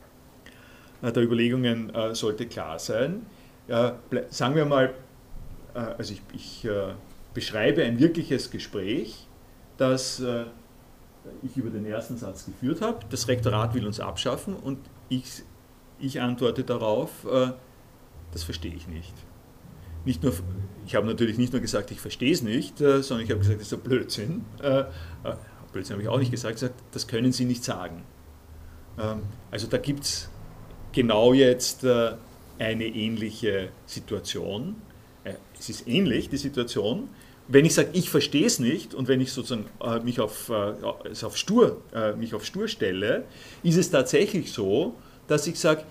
der Überlegungen äh, sollte klar sein. Äh, sagen wir mal, äh, also ich, ich äh, beschreibe ein wirkliches Gespräch, das äh, ich über den ersten Satz geführt habe. Das Rektorat will uns abschaffen, und ich, ich antworte darauf: äh, das verstehe ich nicht. Nicht nur, ich habe natürlich nicht nur gesagt, ich verstehe es nicht, äh, sondern ich habe gesagt, das ist ein Blödsinn. Äh, äh, Blödsinn habe ich auch nicht gesagt, gesagt, das können Sie nicht sagen. Ähm, also da gibt es genau jetzt äh, eine ähnliche Situation. Äh, es ist ähnlich, die Situation. Wenn ich sage, ich verstehe es nicht, und wenn ich sozusagen äh, mich, auf, äh, auf stur, äh, mich auf stur stelle, ist es tatsächlich so, dass ich sage,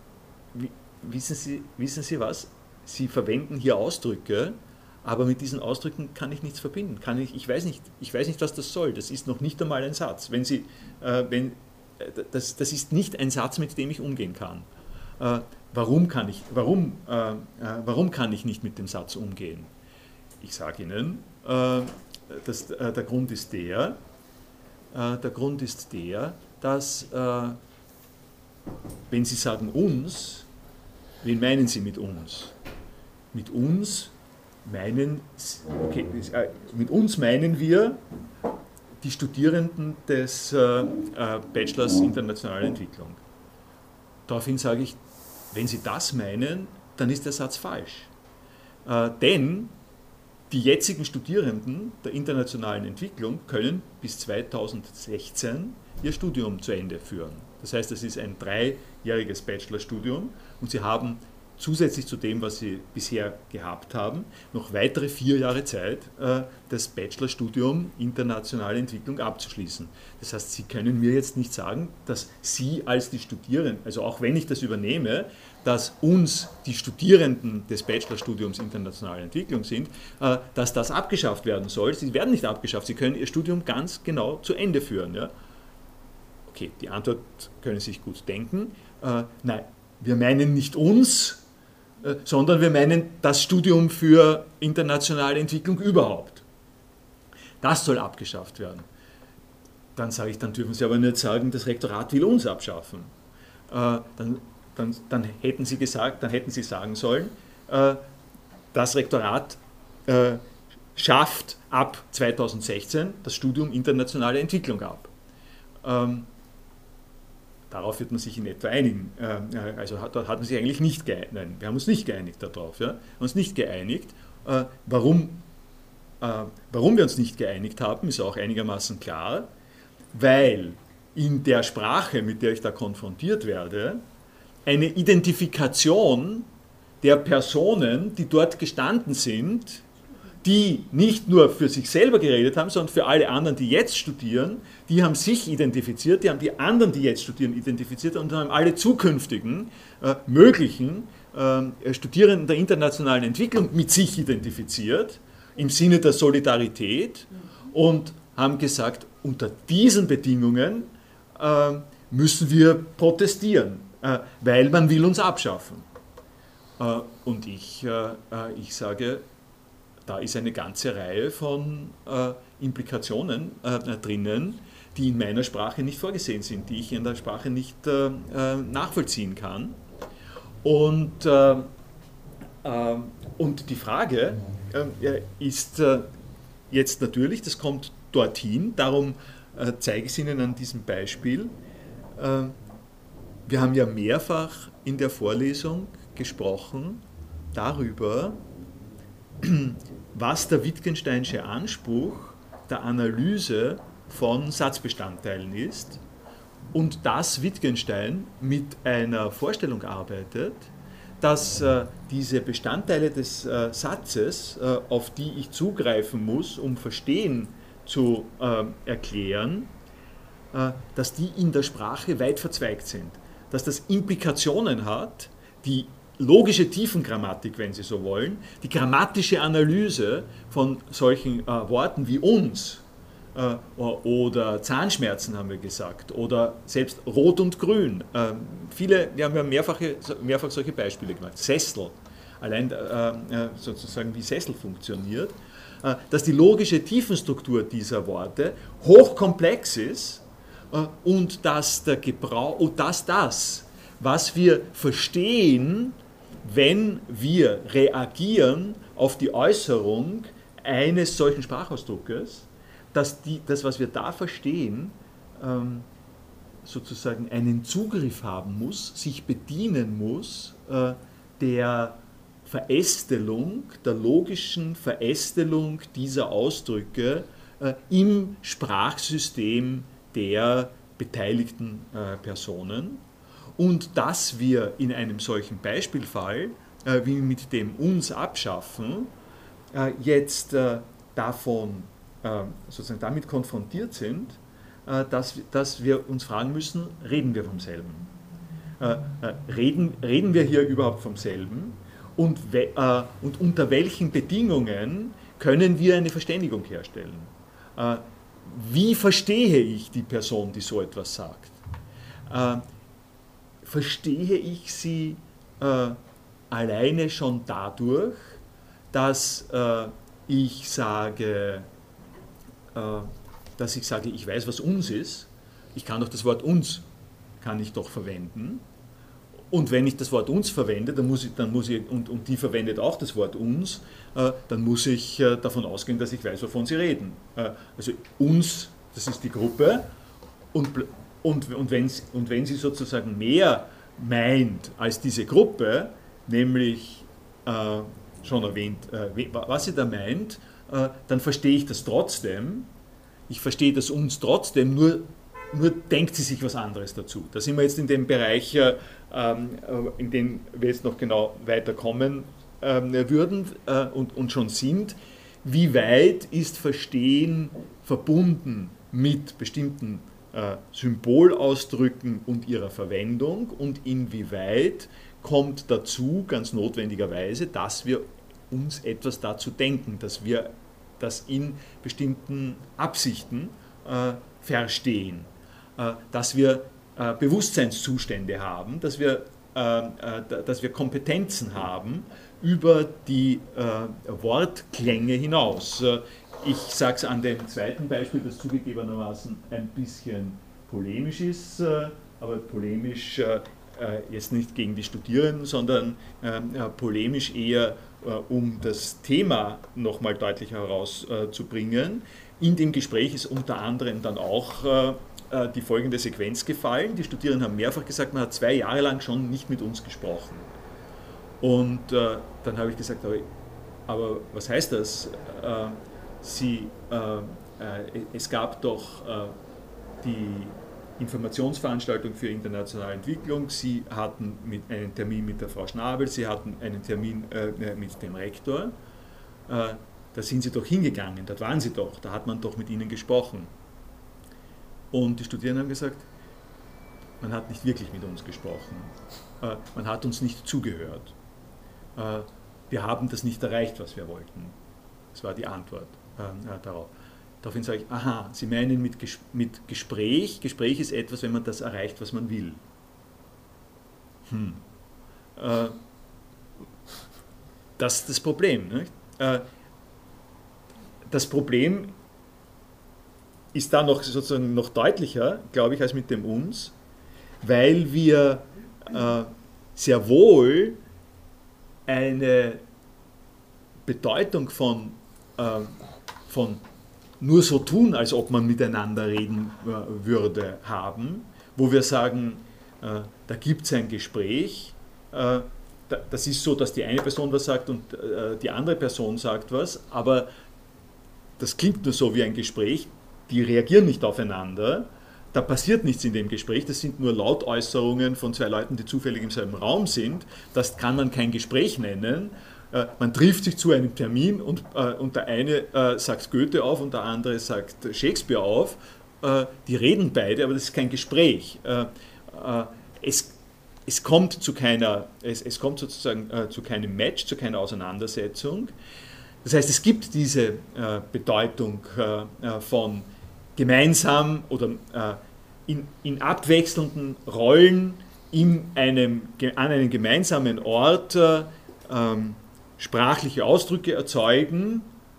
wissen Sie, wissen Sie was, Sie verwenden hier Ausdrücke, aber mit diesen Ausdrücken kann ich nichts verbinden. Kann ich, ich, weiß nicht, ich weiß nicht, was das soll. Das ist noch nicht einmal ein Satz. Wenn Sie, äh, wenn, das, das ist nicht ein Satz, mit dem ich umgehen kann. Äh, warum, kann ich, warum, äh, warum kann ich nicht mit dem Satz umgehen? Ich sage Ihnen, äh, dass, äh, der Grund ist der, äh, der Grund ist der, dass, äh, wenn Sie sagen uns, wen meinen Sie mit uns? Mit uns meinen, okay, äh, mit uns meinen wir die Studierenden des äh, äh, Bachelors Internationale Entwicklung. Daraufhin sage ich, wenn Sie das meinen, dann ist der Satz falsch. Äh, denn die jetzigen Studierenden der internationalen Entwicklung können bis zweitausendsechzehn ihr Studium zu Ende führen. Das heißt, es ist ein dreijähriges Bachelorstudium, und sie haben zusätzlich zu dem, was sie bisher gehabt haben, noch weitere vier Jahre Zeit, das Bachelorstudium Internationale Entwicklung abzuschließen. Das heißt, Sie können mir jetzt nicht sagen, dass Sie als die Studierenden, also auch wenn ich das übernehme, dass uns die Studierenden des Bachelorstudiums Internationale Entwicklung sind, dass das abgeschafft werden soll. Sie werden nicht abgeschafft, Sie können Ihr Studium ganz genau zu Ende führen. Ja? Okay, die Antwort können Sie sich gut denken. Nein, wir meinen nicht uns, sondern wir meinen das Studium für internationale Entwicklung überhaupt. Das soll abgeschafft werden. Dann sage ich, dann dürfen Sie aber nicht sagen, das Rektorat will uns abschaffen. Äh, dann, dann, dann, hätten Sie gesagt, dann hätten Sie sagen sollen, äh, das Rektorat äh, schafft ab zweitausendsechzehn das Studium internationale Entwicklung ab. Ähm, Darauf wird man sich in etwa einigen. Also dort hat man sich eigentlich nicht geeinigt. Nein, wir haben uns nicht geeinigt darauf. Ja? Wir haben uns nicht geeinigt. Warum, warum wir uns nicht geeinigt haben, ist auch einigermaßen klar, weil in der Sprache, mit der ich da konfrontiert werde, eine Identifikation der Personen, die dort gestanden sind, die nicht nur für sich selber geredet haben, sondern für alle anderen, die jetzt studieren, die haben sich identifiziert, die haben die anderen, die jetzt studieren, identifiziert und haben alle zukünftigen äh, möglichen äh, Studierenden der internationalen Entwicklung mit sich identifiziert, im Sinne der Solidarität. Und haben gesagt, unter diesen Bedingungen äh, müssen wir protestieren, äh, weil man will uns abschaffen. Äh, und ich, äh, ich sage, da ist eine ganze Reihe von äh, Implikationen äh, drinnen, die in meiner Sprache nicht vorgesehen sind, die ich in der Sprache nicht äh, äh, nachvollziehen kann. Und, äh, äh, und die Frage äh, ist äh, jetzt natürlich, das kommt dorthin, darum äh, zeige ich es Ihnen an diesem Beispiel. Äh, wir haben ja mehrfach in der Vorlesung gesprochen darüber, was der Wittgensteinsche Anspruch der Analyse von Satzbestandteilen ist und dass Wittgenstein mit einer Vorstellung arbeitet, dass äh, diese Bestandteile des äh, Satzes, äh, auf die ich zugreifen muss, um Verstehen zu äh, erklären, äh, dass die in der Sprache weit verzweigt sind, dass das Implikationen hat, die logische Tiefengrammatik, wenn Sie so wollen, die grammatische Analyse von solchen äh, Worten wie uns äh, oder Zahnschmerzen, haben wir gesagt, oder selbst Rot und Grün. Äh, viele, wir haben ja mehrfach, mehrfach solche Beispiele gemacht. Sessel, allein äh, sozusagen wie Sessel funktioniert, äh, dass die logische Tiefenstruktur dieser Worte hochkomplex ist äh, und dass der Gebrauch, und dass das, was wir verstehen, wenn wir reagieren auf die Äußerung eines solchen Sprachausdruckes, dass die, das, was wir da verstehen, ähm, sozusagen einen Zugriff haben muss, sich bedienen muss äh, der Verästelung, der logischen Verästelung dieser Ausdrücke äh, im Sprachsystem der beteiligten äh, Personen. Und dass wir in einem solchen Beispielfall, äh, wie mit dem uns abschaffen, äh, jetzt äh, davon äh, sozusagen damit konfrontiert sind, äh, dass, dass wir uns fragen müssen, reden wir vom selben? Äh, äh, reden, reden wir hier überhaupt vom selben? Und, äh, und unter welchen Bedingungen können wir eine Verständigung herstellen? Äh, wie verstehe ich die Person, die so etwas sagt? Äh, Verstehe ich sie äh, alleine schon dadurch, dass äh, ich sage, äh, dass ich sage, ich weiß, was uns ist. Ich kann doch das Wort uns kann ich doch verwenden. Und wenn ich das Wort uns verwende, dann muss ich, dann muss ich und, und die verwendet auch das Wort uns, äh, dann muss ich äh, davon ausgehen, dass ich weiß, wovon sie reden. Äh, also uns, das ist die Gruppe. Und Und, und, wenn, und wenn sie sozusagen mehr meint als diese Gruppe, nämlich äh, schon erwähnt, äh, was sie da meint, äh, dann verstehe ich das trotzdem. Ich verstehe das uns trotzdem, nur, nur denkt sie sich was anderes dazu. Da sind wir jetzt in dem Bereich, äh, in dem wir jetzt noch genau weiterkommen äh, würden äh, und, und schon sind. Wie weit ist Verstehen verbunden mit bestimmten Symbolausdrücken und ihrer Verwendung und inwieweit kommt dazu ganz notwendigerweise, dass wir uns etwas dazu denken, dass wir das in bestimmten Absichten äh, verstehen, äh, dass wir äh, Bewusstseinszustände haben, dass wir, äh, äh, dass wir Kompetenzen haben über die äh, Wortklänge hinaus. Ich sage es an dem zweiten Beispiel, das zugegebenermaßen ein bisschen polemisch ist, aber polemisch jetzt nicht gegen die Studierenden, sondern polemisch eher, um das Thema nochmal deutlicher herauszubringen. In dem Gespräch ist unter anderem dann auch die folgende Sequenz gefallen. Die Studierenden haben mehrfach gesagt, man hat zwei Jahre lang schon nicht mit uns gesprochen. Und dann habe ich gesagt, aber, aber was heißt das? Sie, äh, äh, es gab doch äh, die Informationsveranstaltung für internationale Entwicklung, Sie hatten mit, einen Termin mit der Frau Schnabel, Sie hatten einen Termin äh, mit dem Rektor, äh, da sind Sie doch hingegangen, dort waren Sie doch, da hat man doch mit Ihnen gesprochen. Und die Studierenden haben gesagt, man hat nicht wirklich mit uns gesprochen, äh, man hat uns nicht zugehört, äh, wir haben das nicht erreicht, was wir wollten. Das war die Antwort äh, darauf. Daraufhin sage ich, aha, Sie meinen mit, Ges mit Gespräch, Gespräch ist etwas, wenn man das erreicht, was man will. Hm. Äh, das ist das Problem. Nicht? Äh, das Problem ist da noch sozusagen noch deutlicher, glaube ich, als mit dem Uns, weil wir äh, sehr wohl eine Bedeutung von, äh, von nur so tun, als ob man miteinander reden äh, würde, haben, wo wir sagen, äh, da gibt es ein Gespräch, äh, da, das ist so, dass die eine Person was sagt und äh, die andere Person sagt was, aber das klingt nur so wie ein Gespräch, die reagieren nicht aufeinander, da passiert nichts in dem Gespräch, das sind nur Lautäußerungen von zwei Leuten, die zufällig im selben Raum sind, das kann man kein Gespräch nennen. Man trifft sich zu einem Termin und, äh, und der eine äh, sagt Goethe auf und der andere sagt Shakespeare auf. Äh, die reden beide, aber das ist kein Gespräch. Äh, äh, es, es, kommt zu keiner, es, es kommt sozusagen äh, zu keinem Match, zu keiner Auseinandersetzung. Das heißt, es gibt diese äh, Bedeutung äh, von gemeinsam oder äh, in, in abwechselnden Rollen in einem, an einem gemeinsamen Ort äh, ähm, sprachliche Ausdrücke erzeugen,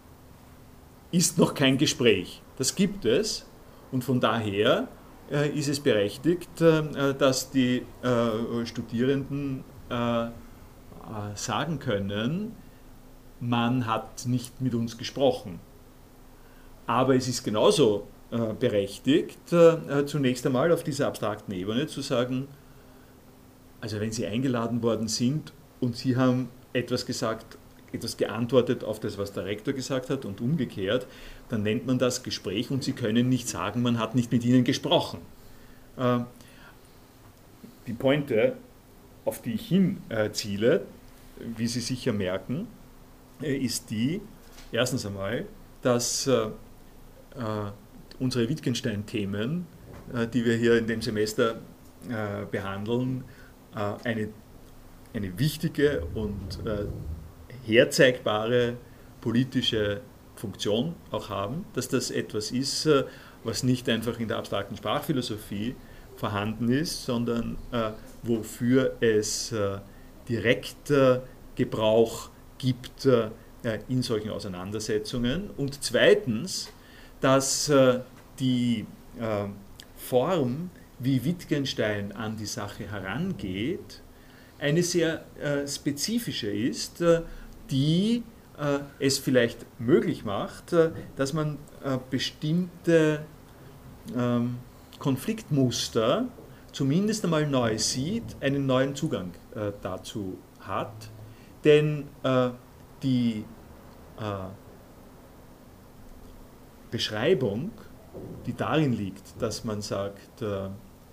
ist noch kein Gespräch. Das gibt es und von daher äh, ist es berechtigt, äh, dass die äh, Studierenden äh, äh, sagen können, man hat nicht mit uns gesprochen. Aber es ist genauso äh, berechtigt, äh, zunächst einmal auf dieser abstrakten Ebene zu sagen, also wenn Sie eingeladen worden sind und Sie haben etwas gesagt, etwas geantwortet auf das, was der Rektor gesagt hat und umgekehrt, dann nennt man das Gespräch und Sie können nicht sagen, man hat nicht mit Ihnen gesprochen. Äh, die Pointe, auf die ich hinziele, wie Sie sicher merken, ist die, erstens einmal, dass äh, unsere Wittgenstein-Themen, äh, die wir hier in dem Semester äh, behandeln, äh, eine eine wichtige und äh, herzeigbare politische Funktion auch haben, dass das etwas ist, äh, was nicht einfach in der abstrakten Sprachphilosophie vorhanden ist, sondern äh, wofür es äh, direkt äh, Gebrauch gibt äh, in solchen Auseinandersetzungen. Und zweitens, dass äh, die äh, Form, wie Wittgenstein an die Sache herangeht, eine sehr äh, spezifische ist, äh, die äh, es vielleicht möglich macht, äh, dass man äh, bestimmte ähm, Konfliktmuster zumindest einmal neu sieht, einen neuen Zugang äh, dazu hat. Denn äh, die äh, Beschreibung, die darin liegt, dass man sagt, äh,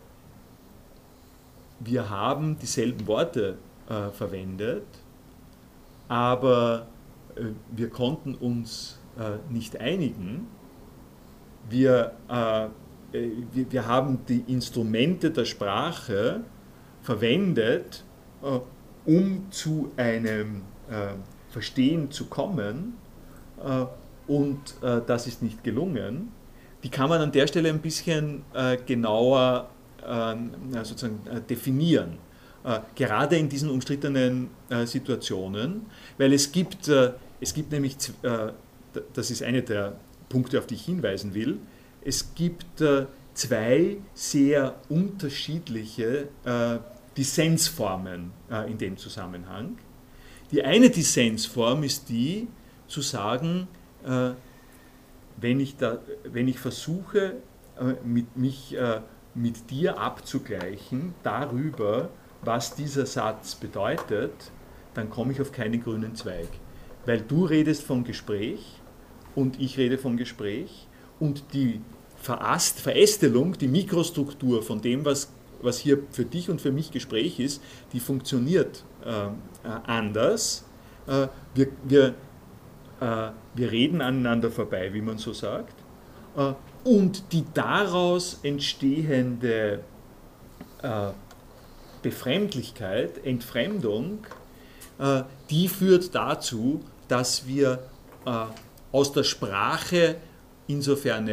wir haben dieselben Worte äh, verwendet, aber äh, wir konnten uns äh, nicht einigen. Wir, äh, wir, wir haben die Instrumente der Sprache verwendet, äh, um zu einem äh, Verstehen zu kommen, äh, und äh, das ist nicht gelungen. Die kann man an der Stelle ein bisschen äh, genauer sozusagen definieren, gerade in diesen umstrittenen Situationen, weil es gibt, es gibt nämlich, das ist einer der Punkte, auf die ich hinweisen will, es gibt zwei sehr unterschiedliche Dissensformen in dem Zusammenhang. Die eine Dissensform ist die, zu sagen, wenn ich, da, wenn ich versuche, mit mich mit dir abzugleichen darüber, was dieser Satz bedeutet, dann komme ich auf keinen grünen Zweig. Weil du redest vom Gespräch und ich rede vom Gespräch und die Verast, Verästelung, die Mikrostruktur von dem, was, was hier für dich und für mich Gespräch ist, die funktioniert äh, anders. Äh, wir, wir, äh, wir reden aneinander vorbei, wie man so sagt. Äh, Und die daraus entstehende äh, Befremdlichkeit, Entfremdung, äh, die führt dazu, dass wir äh, aus der Sprache insofern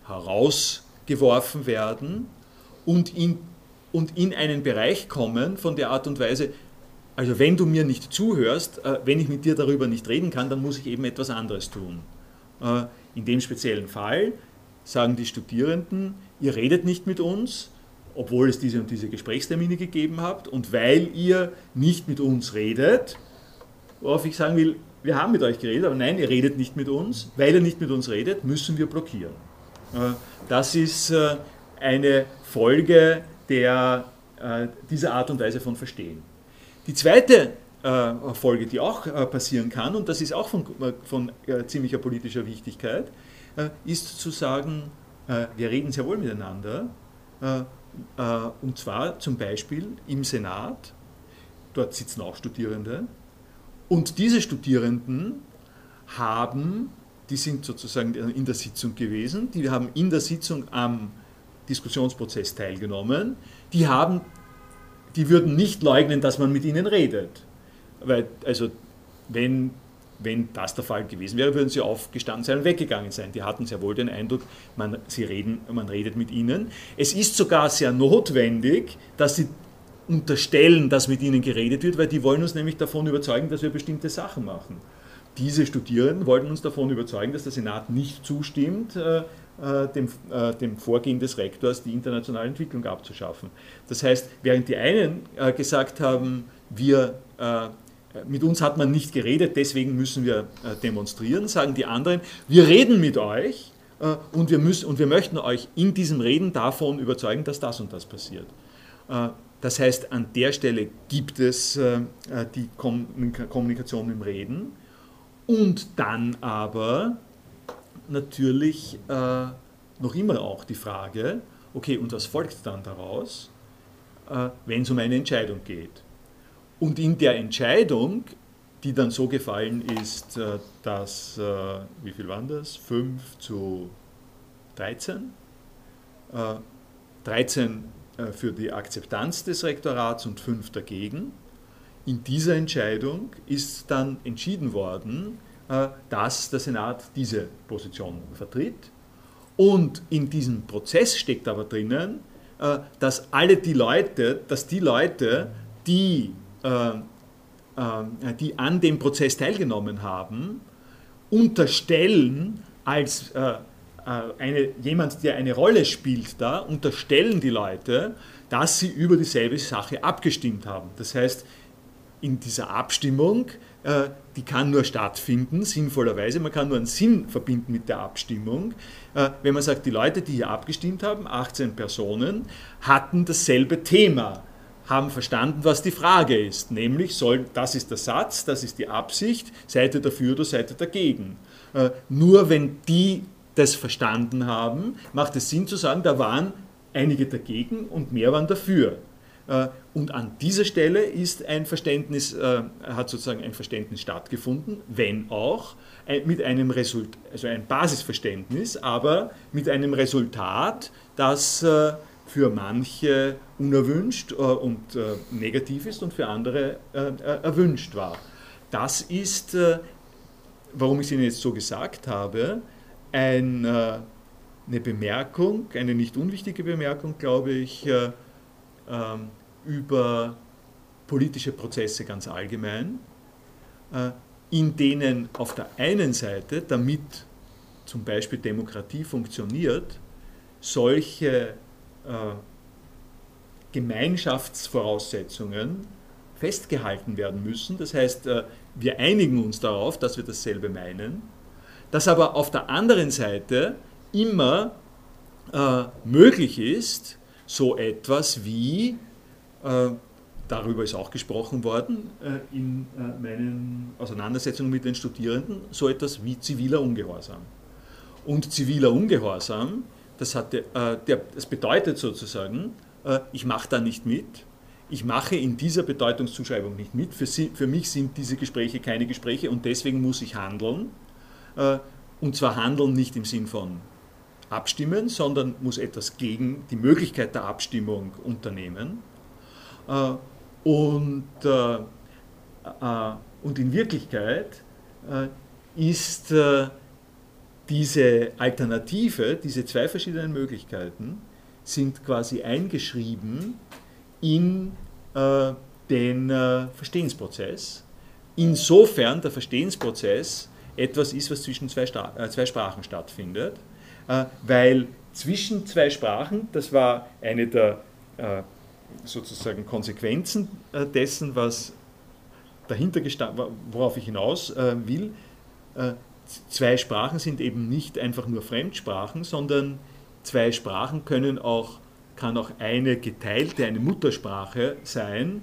herausgeworfen werden und in, und in einen Bereich kommen von der Art und Weise, also wenn du mir nicht zuhörst, äh, wenn ich mit dir darüber nicht reden kann, dann muss ich eben etwas anderes tun. Äh, in dem speziellen Fall sagen die Studierenden, ihr redet nicht mit uns, obwohl es diese und diese Gesprächstermine gegeben habt, und weil ihr nicht mit uns redet, worauf ich sagen will, wir haben mit euch geredet, aber nein, ihr redet nicht mit uns, weil ihr nicht mit uns redet, müssen wir blockieren. Äh, das ist äh, eine Folge der, äh, dieser Art und Weise von Verstehen. Die zweite äh, Folge, die auch äh, passieren kann, und das ist auch von, von äh, ziemlicher politischer Wichtigkeit, äh, ist zu sagen, äh, wir reden sehr wohl miteinander, äh, äh, und zwar zum Beispiel im Senat, dort sitzen auch Studierende, und diese Studierenden haben, die sind sozusagen in der Sitzung gewesen, die haben in der Sitzung am Diskussionsprozess teilgenommen, die haben die würden nicht leugnen, dass man mit ihnen redet. Weil, also, wenn, wenn das der Fall gewesen wäre, würden sie aufgestanden sein und weggegangen sein. Die hatten sehr wohl den Eindruck, man, sie reden, man redet mit ihnen. Es ist sogar sehr notwendig, dass sie unterstellen, dass mit ihnen geredet wird, weil die wollen uns nämlich davon überzeugen, dass wir bestimmte Sachen machen. Diese Studierenden wollten uns davon überzeugen, dass der Senat nicht zustimmt, äh, Dem, äh, dem Vorgehen des Rektors, die internationale Entwicklung abzuschaffen. Das heißt, während die einen äh, gesagt haben, wir, äh, mit uns hat man nicht geredet, deswegen müssen wir äh, demonstrieren, sagen die anderen, wir reden mit euch äh, und, wir müssen, und wir möchten euch in diesem Reden davon überzeugen, dass das und das passiert. Äh, das heißt, an der Stelle gibt es äh, die Kommunikation mit dem Reden, und dann aber natürlich äh, noch immer auch die Frage, okay, und was folgt dann daraus, äh, wenn es um eine Entscheidung geht? Und in der Entscheidung, die dann so gefallen ist, äh, dass, äh, wie viel waren das? fünf zu dreizehn? Äh, dreizehn äh, für die Akzeptanz des Rektorats und fünf dagegen. In dieser Entscheidung ist dann entschieden worden, dass der Senat diese Position vertritt. Und in diesem Prozess steckt aber drinnen, dass alle die Leute, dass die Leute, die, die an dem Prozess teilgenommen haben, unterstellen, als eine, jemand, der eine Rolle spielt da, unterstellen die Leute, dass sie über dieselbe Sache abgestimmt haben. Das heißt, in dieser Abstimmung, die kann nur stattfinden, sinnvollerweise, man kann nur einen Sinn verbinden mit der Abstimmung, wenn man sagt, die Leute, die hier abgestimmt haben, achtzehn Personen, hatten dasselbe Thema, haben verstanden, was die Frage ist, nämlich, soll, das ist der Satz, das ist die Absicht, seid ihr dafür oder seid ihr dagegen. Nur wenn die das verstanden haben, macht es Sinn zu sagen, da waren einige dagegen und mehr waren dafür. Und an dieser Stelle ist ein Verständnis, äh, hat sozusagen ein Verständnis stattgefunden, wenn auch mit einem Resultat, also ein Basisverständnis, aber mit einem Resultat, das äh, für manche unerwünscht äh, und äh, negativ ist und für andere äh, erwünscht war. Das ist, äh, warum ich es Ihnen jetzt so gesagt habe, ein, äh, eine Bemerkung, eine nicht unwichtige Bemerkung, glaube ich, äh, ähm, über politische Prozesse ganz allgemein, äh, in denen auf der einen Seite, damit zum Beispiel Demokratie funktioniert, solche äh, Gemeinschaftsvoraussetzungen festgehalten werden müssen. Das heißt, äh, wir einigen uns darauf, dass wir dasselbe meinen, dass aber auf der anderen Seite immer äh, möglich ist, so etwas wie, äh, darüber ist auch gesprochen worden äh, in äh, meinen Auseinandersetzungen mit den Studierenden, so etwas wie ziviler Ungehorsam. Und ziviler Ungehorsam, das, hatte, äh, der, das bedeutet sozusagen, äh, ich mache da nicht mit, ich mache in dieser Bedeutungszuschreibung nicht mit, für, sie, für mich sind diese Gespräche keine Gespräche und deswegen muss ich handeln, äh, und zwar handeln nicht im Sinn von abstimmen, sondern muss etwas gegen die Möglichkeit der Abstimmung unternehmen. Und, und in Wirklichkeit ist diese Alternative, diese zwei verschiedenen Möglichkeiten, sind quasi eingeschrieben in äh, den äh, Verstehensprozess, insofern der Verstehensprozess etwas ist, was zwischen zwei, Sta äh, zwei Sprachen stattfindet, äh, weil zwischen zwei Sprachen, das war eine der äh, sozusagen Konsequenzen äh, dessen, was dahinter gestanden, worauf ich hinaus äh, will, äh, zwei Sprachen sind eben nicht einfach nur Fremdsprachen, sondern zwei Sprachen können auch, kann auch eine geteilte, eine Muttersprache sein,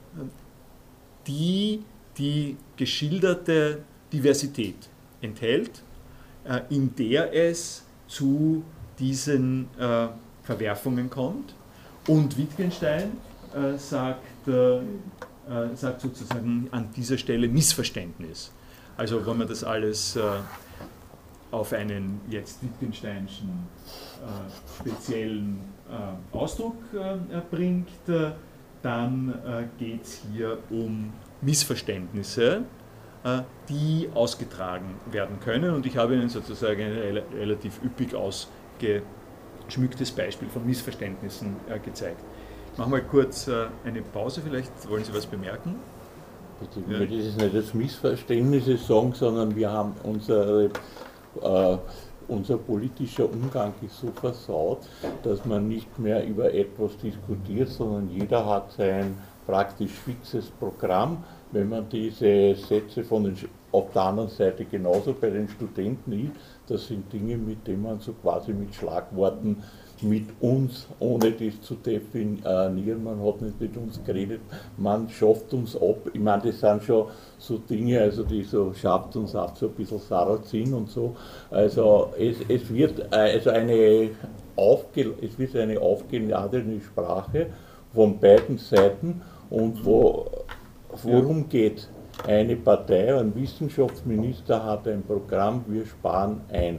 die die geschilderte Diversität enthält, äh, in der es zu diesen äh, Verwerfungen kommt. Und Wittgenstein äh, sagt, äh, äh, sagt sozusagen an dieser Stelle Missverständnis. Also wenn man das alles äh, auf einen jetzt Wittgensteinschen äh, speziellen äh, Ausdruck äh, bringt, äh, dann äh, geht es hier um Missverständnisse, äh, die ausgetragen werden können. Und ich habe Ihnen sozusagen ein rel relativ üppig ausgeschmücktes Beispiel von Missverständnissen äh, gezeigt. Ich mache mal kurz äh, eine Pause, vielleicht wollen Sie was bemerken? Ich ja. möchte das nicht als Missverständnisse sagen, sondern wir haben unsere, äh, unser politischer Umgang ist so versaut, dass man nicht mehr über etwas diskutiert, sondern jeder hat sein praktisch fixes Programm. Wenn man diese Sätze von den, auf der anderen Seite genauso bei den Studenten ist, das sind Dinge, mit denen man so quasi mit Schlagworten mit uns, ohne das zu definieren, man hat nicht mit uns geredet, man schafft uns ab. Ich meine, das sind schon so Dinge, also die so schafft uns ab, so ein bisschen Sarazin und so. Also es, es wird also eine, aufge, es wird eine aufgeladene Sprache von beiden Seiten und wo, worum geht? Eine Partei, ein Wissenschaftsminister hat ein Programm, wir sparen ein.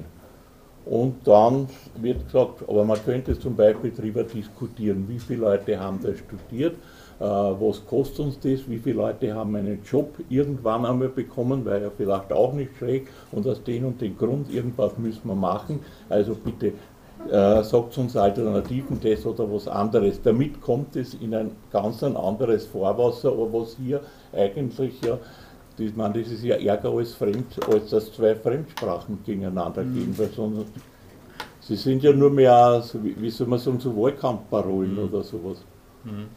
Und dann wird gesagt, aber man könnte zum Beispiel darüber diskutieren, wie viele Leute haben das studiert, äh, was kostet uns das, wie viele Leute haben einen Job irgendwann einmal bekommen, weil er vielleicht auch nicht schräg und aus dem und dem Grund, irgendwas müssen wir machen, also bitte äh, sagt uns Alternativen, das oder was anderes. Damit kommt es in ein ganz ein anderes Fahrwasser, aber was hier eigentlich ja, Ich meine, das ist ja ärger als, Fremd, als dass zwei Fremdsprachen gegeneinander gehen, weil sonst, sie sind ja nur mehr, wie soll man sagen, so Wahlkampfparolen mhm. oder sowas. Mhm. Ähm,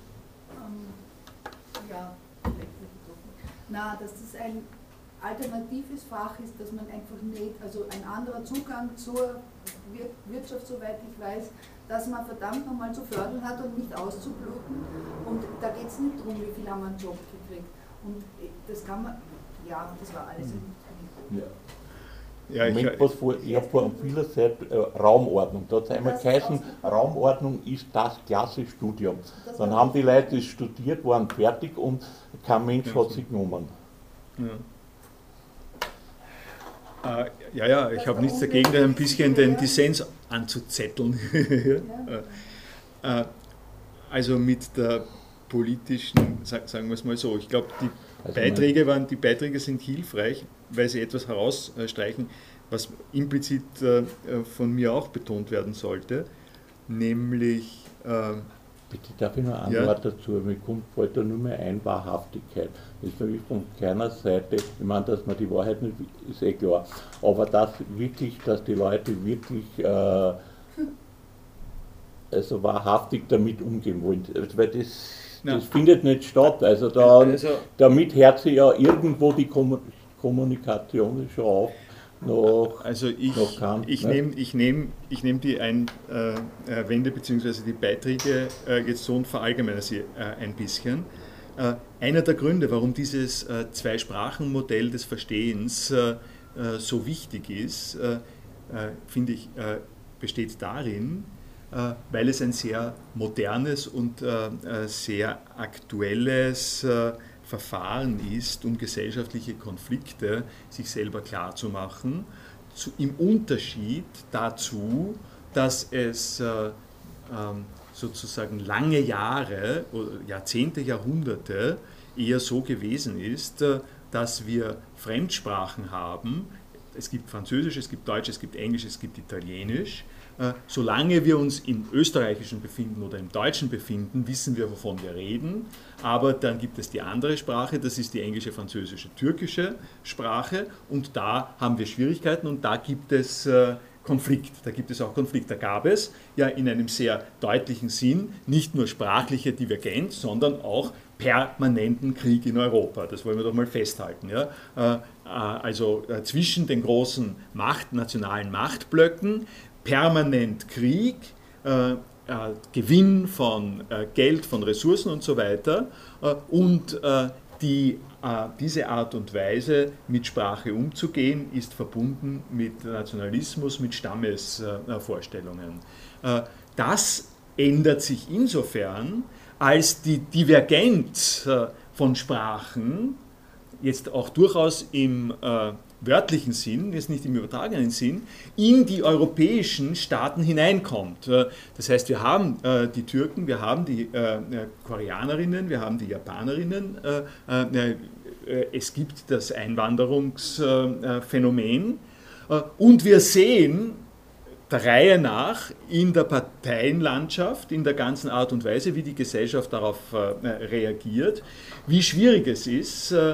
ja, na, dass das ein alternatives Fach ist, dass man einfach nicht, also ein anderer Zugang zur Wirtschaft, soweit ich weiß, dass man verdammt nochmal zu fördern hat und nicht auszubluten. Und da geht es nicht darum, wie viel haben wir einen Job gekriegt. Und das kann man, ja, das war alles. Ja. Ja, ich Moment, was vor, ich habe vor vieler Zeit äh, Raumordnung. Da hat es einmal geheißen, Raumordnung ist das Klassenstudium. Das Dann haben die Leute das studiert, waren fertig und kein Mensch hat sie genommen. Ja. Äh, ja, ja, ich habe nichts dagegen, ein bisschen den Dissens anzuzetteln. äh, also mit der politischen, sagen wir es mal so, ich glaube, die, also Beiträge waren, die Beiträge sind hilfreich, weil sie etwas herausstreichen, was implizit äh, von mir auch betont werden sollte, nämlich... Äh, Bitte darf ich noch ein ja. Wort dazu, mir kommt fällt da nur mehr ein, Wahrhaftigkeit. Das ist nämlich von keiner Seite, ich meine, dass man die Wahrheit nicht, ist eh klar, aber dass wirklich, dass die Leute wirklich äh, also wahrhaftig damit umgehen wollen, weil das, das findet nicht statt, also, da, also damit hört sich ja irgendwo die Kommunikation schon auf. Noch, also ich, ich ne? nehme ich nehm, ich nehm die Einwände bzw. die Beiträge äh, jetzt so und verallgemeinere sie äh, ein bisschen. Äh, einer der Gründe, warum dieses äh, Zwei-Sprachen-Modell des Verstehens äh, äh, so wichtig ist, äh, äh, finde ich, äh, besteht darin, äh, weil es ein sehr modernes und äh, sehr aktuelles äh, Verfahren ist, um gesellschaftliche Konflikte sich selber klarzumachen, zu, im Unterschied dazu, dass es äh, äh, sozusagen lange Jahre, Jahrzehnte, Jahrhunderte eher so gewesen ist, äh, dass wir Fremdsprachen haben, es gibt Französisch, es gibt Deutsch, es gibt Englisch, es gibt Italienisch. Solange wir uns im Österreichischen befinden oder im Deutschen befinden, wissen wir, wovon wir reden. Aber dann gibt es die andere Sprache, das ist die englische, französische, türkische Sprache. Und da haben wir Schwierigkeiten und da gibt es Konflikt. Da gibt es auch Konflikt. Da gab es ja in einem sehr deutlichen Sinn nicht nur sprachliche Divergenz, sondern auch permanenten Krieg in Europa. Das wollen wir doch mal festhalten. Ja? Also zwischen den großen Macht, nationalen Machtblöcken, permanent Krieg, äh, äh, Gewinn von äh, Geld, von Ressourcen und so weiter. Äh, und äh, die, äh, diese Art und Weise, mit Sprache umzugehen, ist verbunden mit Nationalismus, mit Stammesvorstellungen. Äh, das ändert sich insofern, als die Divergenz äh, von Sprachen jetzt auch durchaus im äh, wörtlichen Sinn, jetzt nicht im übertragenen Sinn, in die europäischen Staaten hineinkommt. Das heißt, wir haben äh, die Türken, wir haben die äh, Koreanerinnen, wir haben die Japanerinnen, äh, äh, es gibt das Einwanderungsphänomen äh, und wir sehen der Reihe nach in der Parteienlandschaft, in der ganzen Art und Weise, wie die Gesellschaft darauf äh, reagiert, wie schwierig es ist, äh,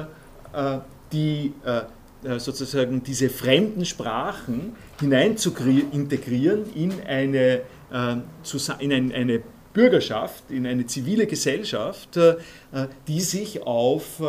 die äh, sozusagen diese fremden Sprachen hinein zu integrieren in eine, in eine Bürgerschaft, in eine zivile Gesellschaft, die sich auf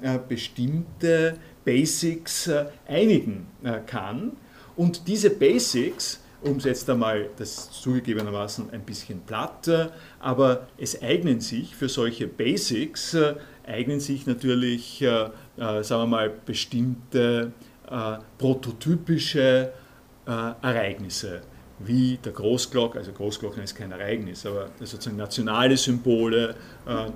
bestimmte Basics einigen kann. Und diese Basics, um es jetzt einmal, das ist zugegebenermaßen ein bisschen platt, aber es eignen sich für solche Basics, eignen sich natürlich, äh, äh, sagen wir mal, bestimmte äh, prototypische äh, Ereignisse, wie der Großglock, also Großglocken ist kein Ereignis, aber sozusagen nationale Symbole, äh,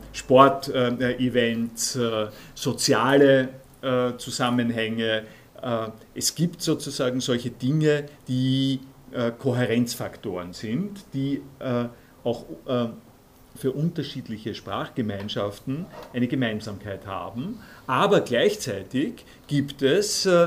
Sportevents, äh, soziale äh, Zusammenhänge. Äh, es gibt sozusagen solche Dinge, die äh, Kohärenzfaktoren sind, die äh, auch äh, für unterschiedliche Sprachgemeinschaften eine Gemeinsamkeit haben, aber gleichzeitig gibt es äh,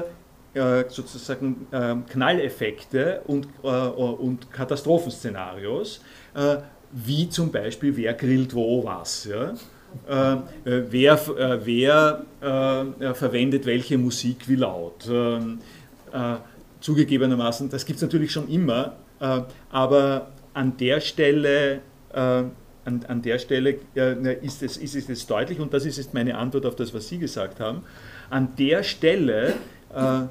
sozusagen äh, Knalleffekte und, äh, und Katastrophenszenarios, äh, wie zum Beispiel, wer grillt wo was, ja? äh, wer, äh, wer äh, verwendet welche Musik wie laut. Äh, äh, zugegebenermaßen, das gibt es natürlich schon immer, äh, aber an der Stelle äh, An, an der Stelle äh, ist, es, ist es jetzt deutlich, und das ist jetzt meine Antwort auf das, was Sie gesagt haben, an der Stelle äh,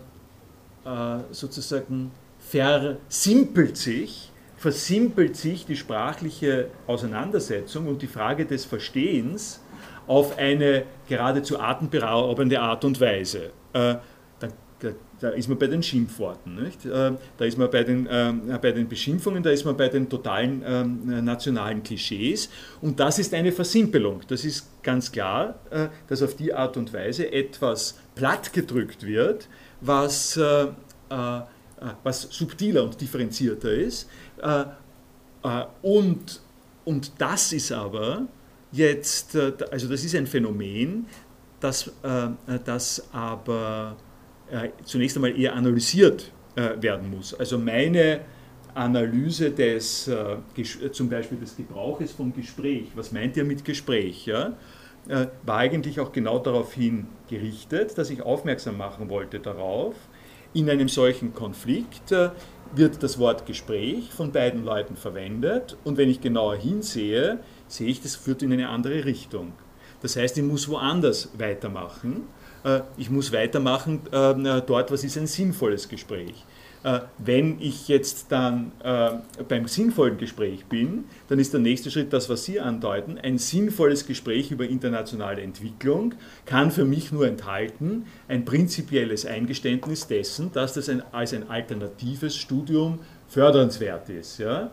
äh, sozusagen versimpelt sich, versimpelt sich die sprachliche Auseinandersetzung und die Frage des Verstehens auf eine geradezu atemberaubende Art und Weise. Äh, da, da ist man bei den Schimpfworten, nicht? Da ist man bei den, äh, bei den Beschimpfungen, da ist man bei den totalen äh, nationalen Klischees und das ist eine Versimpelung. Das ist ganz klar, äh, dass auf die Art und Weise etwas plattgedrückt wird, was, äh, äh, was subtiler und differenzierter ist äh, äh, und, und das ist aber jetzt, äh, also das ist ein Phänomen, das, äh, das aber zunächst einmal eher analysiert äh, werden muss. Also meine Analyse des, äh, zum Beispiel des Gebrauches von Gespräch, was meint ihr mit Gespräch, ja, äh, war eigentlich auch genau darauf hin gerichtet, dass ich aufmerksam machen wollte darauf, in einem solchen Konflikt äh, wird das Wort Gespräch von beiden Leuten verwendet und wenn ich genauer hinsehe, sehe ich, das führt in eine andere Richtung. Das heißt, ich muss woanders weitermachen. Ich muss weitermachen äh, dort, was ist ein sinnvolles Gespräch. Äh, wenn ich jetzt dann äh, beim sinnvollen Gespräch bin, dann ist der nächste Schritt das, was Sie andeuten. Ein sinnvolles Gespräch über internationale Entwicklung kann für mich nur enthalten ein prinzipielles Eingeständnis dessen, dass das ein, als ein alternatives Studium fördernswert ist. Ja?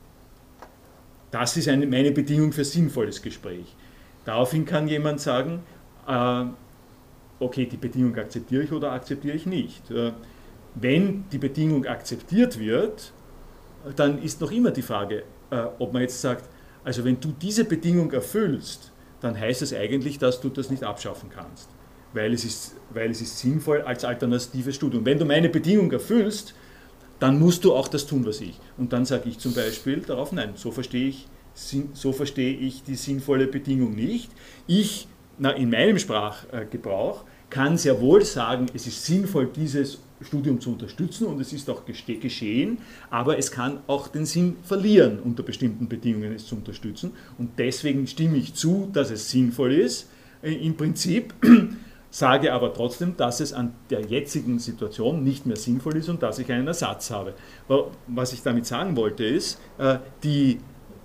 Das ist eine, meine Bedingung für sinnvolles Gespräch. Daraufhin kann jemand sagen, äh, okay, die Bedingung akzeptiere ich oder akzeptiere ich nicht. Wenn die Bedingung akzeptiert wird, dann ist noch immer die Frage, ob man jetzt sagt, also wenn du diese Bedingung erfüllst, dann heißt es eigentlich, dass du das nicht abschaffen kannst. weil es ist, weil es ist sinnvoll als alternatives Studium. Wenn du meine Bedingung erfüllst, dann musst du auch das tun, was ich. Und dann sage ich zum Beispiel darauf, nein, so verstehe ich, so verstehe ich die sinnvolle Bedingung nicht. Ich, na, in meinem Sprachgebrauch, kann sehr wohl sagen, es ist sinnvoll, dieses Studium zu unterstützen und es ist auch geschehen, aber es kann auch den Sinn verlieren, unter bestimmten Bedingungen es zu unterstützen. Und deswegen stimme ich zu, dass es sinnvoll ist, im Prinzip, sage aber trotzdem, dass es an der jetzigen Situation nicht mehr sinnvoll ist und dass ich einen Ersatz habe. Was ich damit sagen wollte ist, die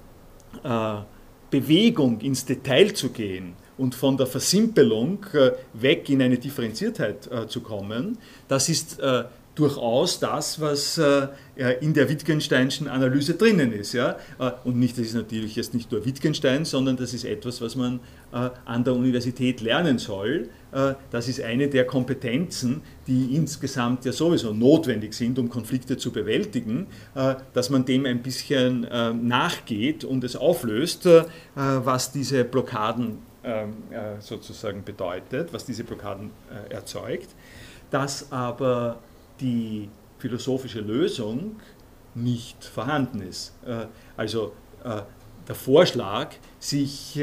Bewegung ins Detail zu gehen und von der Versimpelung weg in eine Differenziertheit zu kommen, das ist durchaus das, was in der Wittgensteinschen Analyse drinnen ist. Ja? Und nicht, das ist natürlich jetzt nicht nur Wittgenstein, sondern das ist etwas, was man an der Universität lernen soll. Das ist eine der Kompetenzen, die insgesamt ja sowieso notwendig sind, um Konflikte zu bewältigen, dass man dem ein bisschen nachgeht und es auflöst, was diese Blockaden sozusagen bedeutet, was diese Blockaden erzeugt, dass aber die philosophische Lösung nicht vorhanden ist. Also der Vorschlag, sich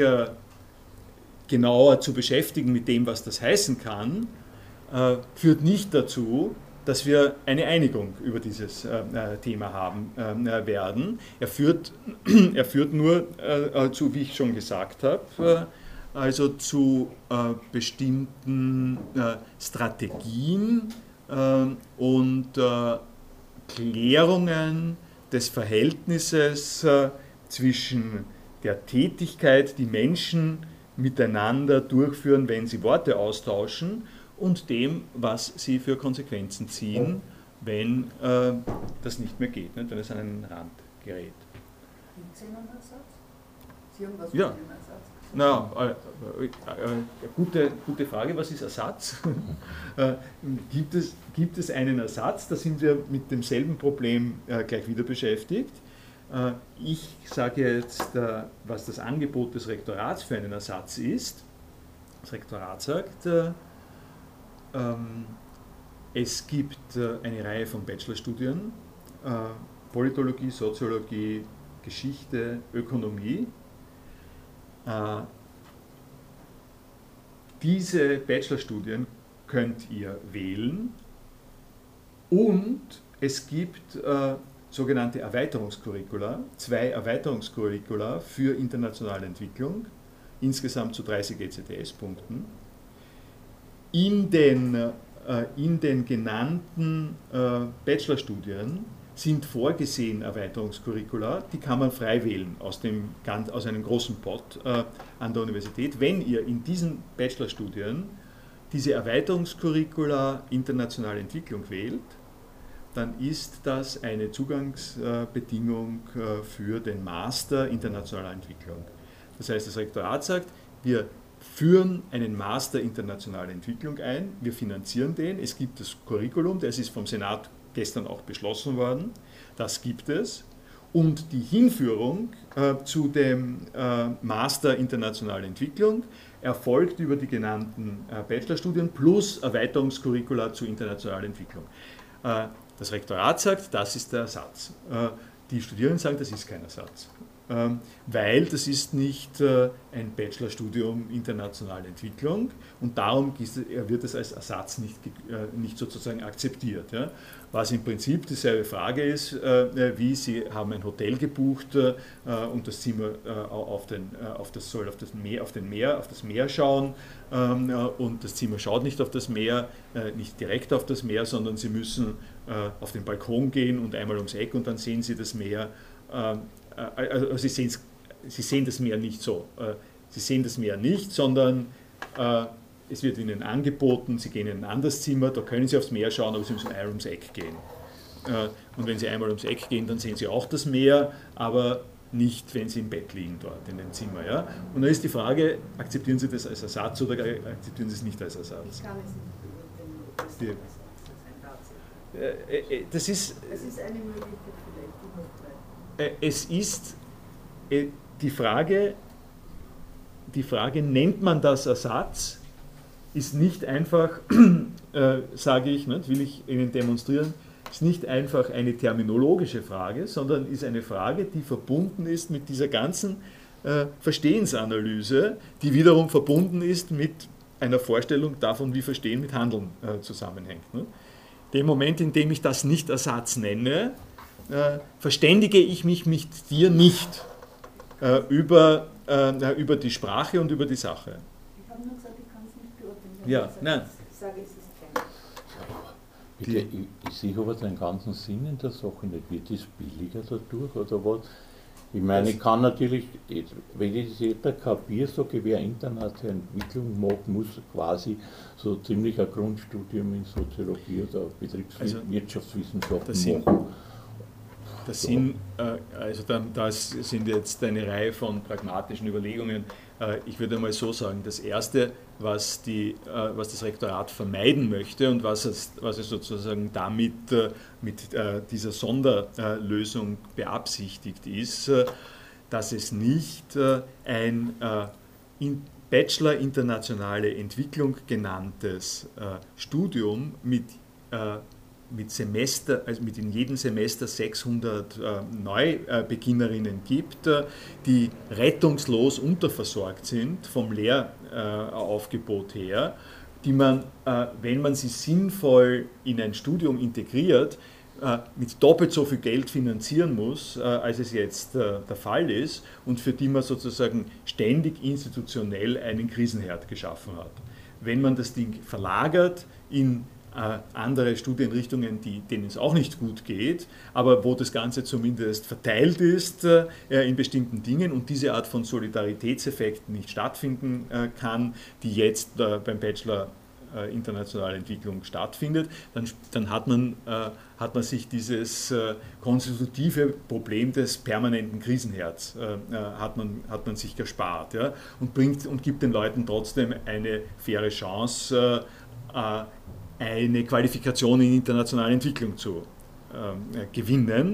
genauer zu beschäftigen mit dem, was das heißen kann, führt nicht dazu, dass wir eine Einigung über dieses Thema haben werden. Er führt, er führt nur zu, wie ich schon gesagt habe, also zu bestimmten Strategien und Klärungen des Verhältnisses zwischen der Tätigkeit, die Menschen miteinander durchführen, wenn sie Worte austauschen, und dem, was sie für Konsequenzen ziehen, wenn äh, das nicht mehr geht, nicht? Wenn es an einen Rand gerät. Gibt es einen Ersatz? Sie haben was ja. mit dem Ersatz? Na, äh, äh, äh, gute, gute Frage, was ist Ersatz? äh, gibt, es, gibt es einen Ersatz? Da sind wir mit demselben Problem äh, gleich wieder beschäftigt. Äh, ich sage jetzt, äh, was das Angebot des Rektorats für einen Ersatz ist. Das Rektorat sagt, äh, ähm, es gibt äh, eine Reihe von Bachelorstudien, äh, Politologie, Soziologie, Geschichte, Ökonomie. Uh, diese Bachelorstudien könnt ihr wählen und es gibt uh, sogenannte Erweiterungskurricula, zwei Erweiterungskurricula für internationale Entwicklung, insgesamt zu dreißig E C T S-Punkten. In den, uh, in den genannten uh, Bachelorstudien sind vorgesehen Erweiterungskurricula, die kann man frei wählen aus, dem, aus einem großen Pot äh, an der Universität. Wenn ihr in diesen Bachelorstudien diese Erweiterungskurricula internationale Entwicklung wählt, dann ist das eine Zugangsbedingung äh, für den Master internationaler Entwicklung. Das heißt, das Rektorat sagt, wir führen einen Master internationale Entwicklung ein, wir finanzieren den, es gibt das Curriculum, das ist vom Senat gestern auch beschlossen worden, das gibt es, und die Hinführung äh, zu dem äh, Master internationale Entwicklung erfolgt über die genannten äh, Bachelorstudien plus Erweiterungskurricula zur internationalen Entwicklung. Äh, das Rektorat sagt, das ist der Ersatz. Äh, die Studierenden sagen, das ist kein Ersatz, äh, weil das ist nicht äh, ein Bachelorstudium internationale Entwicklung und darum wird es als Ersatz nicht, äh, nicht sozusagen akzeptiert. Ja? Was im Prinzip dieselbe Frage ist, äh, wie Sie haben ein Hotel gebucht äh, und das Zimmer äh, auf, den, äh, auf das soll auf das Meer, auf den Meer, auf das Meer schauen ähm, äh, und das Zimmer schaut nicht auf das Meer, äh, nicht direkt auf das Meer, sondern Sie müssen äh, auf den Balkon gehen und einmal ums Eck und dann sehen Sie das Meer. Äh, äh, also Sie, Sie sehen das Meer nicht so. Äh, Sie sehen das Meer nicht, sondern äh, es wird Ihnen angeboten, Sie gehen in ein anderes Zimmer, da können Sie aufs Meer schauen, aber Sie müssen einmal ums Eck gehen. Und wenn Sie einmal ums Eck gehen, dann sehen Sie auch das Meer, aber nicht, wenn Sie im Bett liegen dort in dem Zimmer. Ja? Und dann ist die Frage, akzeptieren Sie das als Ersatz oder akzeptieren Sie es nicht als Ersatz? Ich kann es nicht überdenken, ob das ein Ersatz ist. Das ist, es ist eine Möglichkeit vielleicht, die noch bleibt. Es ist die Frage, die Frage, nennt man das Ersatz? ist nicht einfach, äh, sage ich, nicht, will ich Ihnen demonstrieren, ist nicht einfach eine terminologische Frage, sondern ist eine Frage, die verbunden ist mit dieser ganzen äh, Verstehensanalyse, die wiederum verbunden ist mit einer Vorstellung davon, wie Verstehen mit Handeln äh, zusammenhängt. Ne? Dem Moment, in dem ich das nicht Ersatz nenne, äh, verständige ich mich mit dir nicht äh, über, äh, über die Sprache und über die Sache. Ich habe nur gesagt, ich kann es nicht beurteilen. Ja, ich nein. sage, es ist kein. Ich, ich, ich sehe aber den ganzen Sinn in der Sache nicht. Wird es billiger dadurch oder was? Ich meine, ich kann natürlich, wenn ich das jeder kapiere, sage, wer internationale Entwicklung macht, muss quasi so ziemlich ein Grundstudium in Soziologie oder Betriebswirtschaftswissenschaften also, machen. Das sind, äh, also dann, das sind jetzt eine Reihe von pragmatischen Überlegungen. Äh, ich würde mal so sagen, das Erste, was, die, äh, was das Rektorat vermeiden möchte und was es, was es sozusagen damit äh, mit äh, dieser Sonderlösung beabsichtigt ist, äh, dass es nicht äh, ein äh, in Bachelor Internationale Entwicklung genanntes äh, Studium mit äh, mit Semester, also mit in jedem Semester sechshundert äh, Neubeginnerinnen gibt, äh, die rettungslos unterversorgt sind vom Lehraufgebot äh, her, die man, äh, wenn man sie sinnvoll in ein Studium integriert, äh, mit doppelt so viel Geld finanzieren muss, äh, als es jetzt äh, der Fall ist, und für die man sozusagen ständig institutionell einen Krisenherd geschaffen hat. Wenn man das Ding verlagert in Äh, andere Studienrichtungen, die, denen es auch nicht gut geht, aber wo das Ganze zumindest verteilt ist äh, in bestimmten Dingen und diese Art von Solidaritätseffekt nicht stattfinden äh, kann, die jetzt äh, beim Bachelor äh, Internationale Entwicklung stattfindet, dann, dann hat, man, äh, hat man sich dieses äh, konstitutive Problem des permanenten Krisenherds äh, hat, man, hat man sich gespart, ja, und, bringt, und gibt den Leuten trotzdem eine faire Chance, äh, eine Qualifikation in internationale Entwicklung zu äh, gewinnen.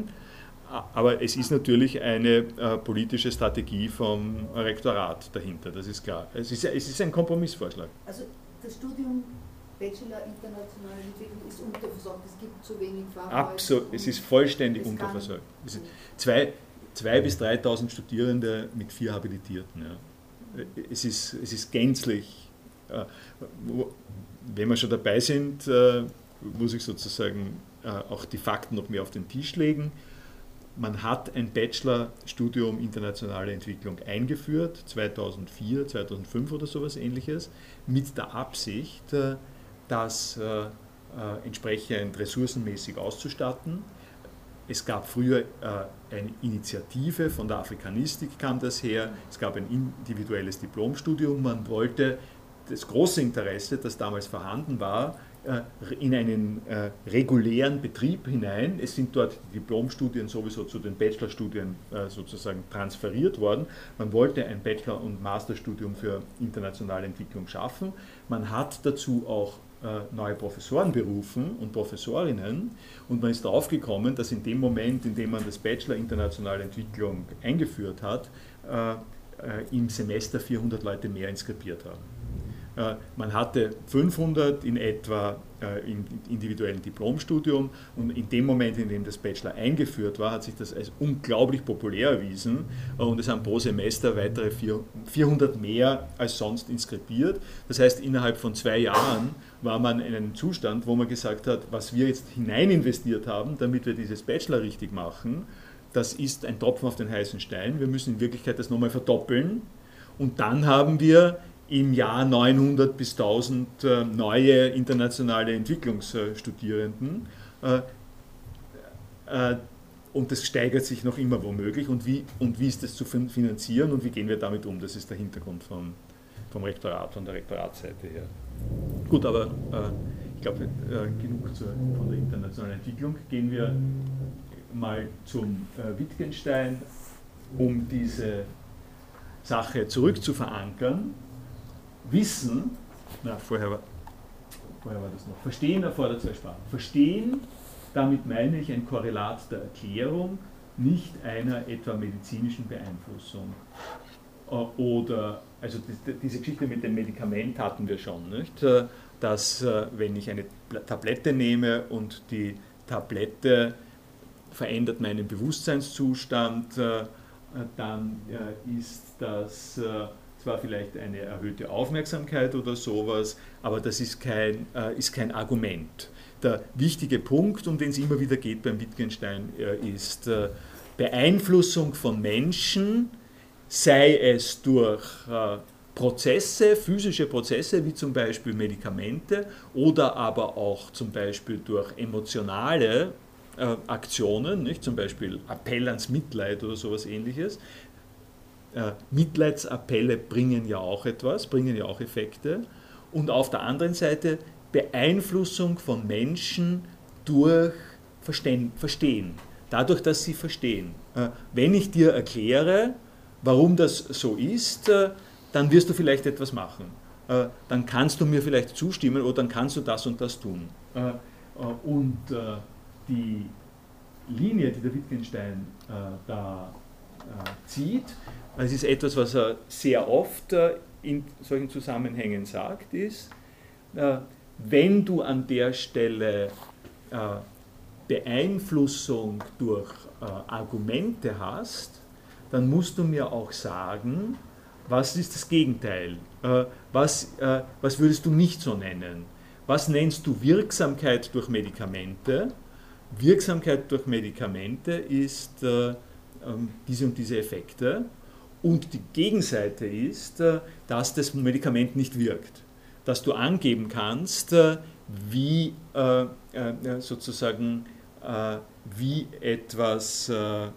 Aber es ist natürlich eine äh, politische Strategie vom Rektorat dahinter, das ist klar. Es ist, es ist ein Kompromissvorschlag. Also das Studium Bachelor Internationale Entwicklung ist unterversorgt, es gibt zu wenig Fachleute. Absolut, es ist vollständig es unterversorgt. Es sind zwei, zwei bis dreitausend Studierende mit vier Habilitierten. Ja. Es, ist, es ist gänzlich... Äh, wo, Wenn wir schon dabei sind, äh, muss ich sozusagen äh, auch die Fakten noch mehr auf den Tisch legen. Man hat ein Bachelorstudium Internationale Entwicklung eingeführt, zweitausendvier, zweitausendfünf oder sowas Ähnliches, mit der Absicht, äh, das äh, äh, entsprechend ressourcenmäßig auszustatten. Es gab früher äh, eine Initiative, von der Afrikanistik kam das her, es gab ein individuelles Diplomstudium, man wollte das große Interesse, das damals vorhanden war, in einen regulären Betrieb hinein. Es sind dort die Diplomstudien sowieso zu den Bachelorstudien sozusagen transferiert worden. Man wollte ein Bachelor- und Masterstudium für internationale Entwicklung schaffen. Man hat dazu auch neue Professoren berufen und Professorinnen und man ist darauf gekommen, dass in dem Moment, in dem man das Bachelor Internationale Entwicklung eingeführt hat, im Semester vierhundert Leute mehr inskribiert haben. Man hatte fünfhundert in etwa im individuellen Diplomstudium und in dem Moment, in dem das Bachelor eingeführt war, hat sich das als unglaublich populär erwiesen und es haben pro Semester weitere vierhundert mehr als sonst inskribiert. Das heißt, innerhalb von zwei Jahren war man in einem Zustand, wo man gesagt hat, was wir jetzt hinein investiert haben, damit wir dieses Bachelor richtig machen, das ist ein Tropfen auf den heißen Stein. Wir müssen in Wirklichkeit das nochmal verdoppeln und dann haben wir im Jahr neunhundert bis tausend äh, neue internationale Entwicklungsstudierenden äh, äh, und das steigert sich noch immer womöglich. Und wie, und wie ist das zu finanzieren und wie gehen wir damit um? Das ist der Hintergrund vom, vom Rektorat, von der Rektoratsseite her. Gut, aber äh, ich glaube, äh, genug zur, von der internationalen Entwicklung. Gehen wir mal zum äh, Wittgenstein, um diese Sache zurück zu verankern. Wissen, na, vorher war, vorher war das noch, Verstehen erfordert zwei Sprachen. Verstehen, damit meine ich ein Korrelat der Erklärung, nicht einer etwa medizinischen Beeinflussung. oder, also die, diese Geschichte mit dem Medikament hatten wir schon, nicht? Dass wenn ich eine Tablette nehme und die Tablette verändert meinen Bewusstseinszustand, dann ist das zwar vielleicht eine erhöhte Aufmerksamkeit oder sowas, aber das ist kein, ist kein Argument. Der wichtige Punkt, um den es immer wieder geht beim Wittgenstein, ist Beeinflussung von Menschen, sei es durch Prozesse, physische Prozesse, wie zum Beispiel Medikamente, oder aber auch zum Beispiel durch emotionale äh, Aktionen, nicht? Zum Beispiel Appell ans Mitleid oder sowas Ähnliches. Äh, Mitleidsappelle bringen ja auch etwas, bringen ja auch Effekte. Und auf der anderen Seite Beeinflussung von Menschen durch Verstehen, Verstehen dadurch, dass sie verstehen. Äh, wenn ich dir erkläre, warum das so ist, äh, dann wirst du vielleicht etwas machen. Äh, dann kannst du mir vielleicht zustimmen oder dann kannst du das und das tun. Äh, äh, und äh, die Linie, die der Wittgenstein äh, da äh, zieht, das ist etwas, was er sehr oft äh, in solchen Zusammenhängen sagt, ist, äh, wenn du an der Stelle äh, Beeinflussung durch äh, Argumente hast, dann musst du mir auch sagen, was ist das Gegenteil? Äh, was, äh, was würdest du nicht so nennen? Was nennst du Wirksamkeit durch Medikamente? Wirksamkeit durch Medikamente ist äh, äh, diese und diese Effekte. Und die Gegenseite ist, äh, dass das Medikament nicht wirkt. Dass du angeben kannst, äh, wie äh, äh, sozusagen äh, wie etwas äh,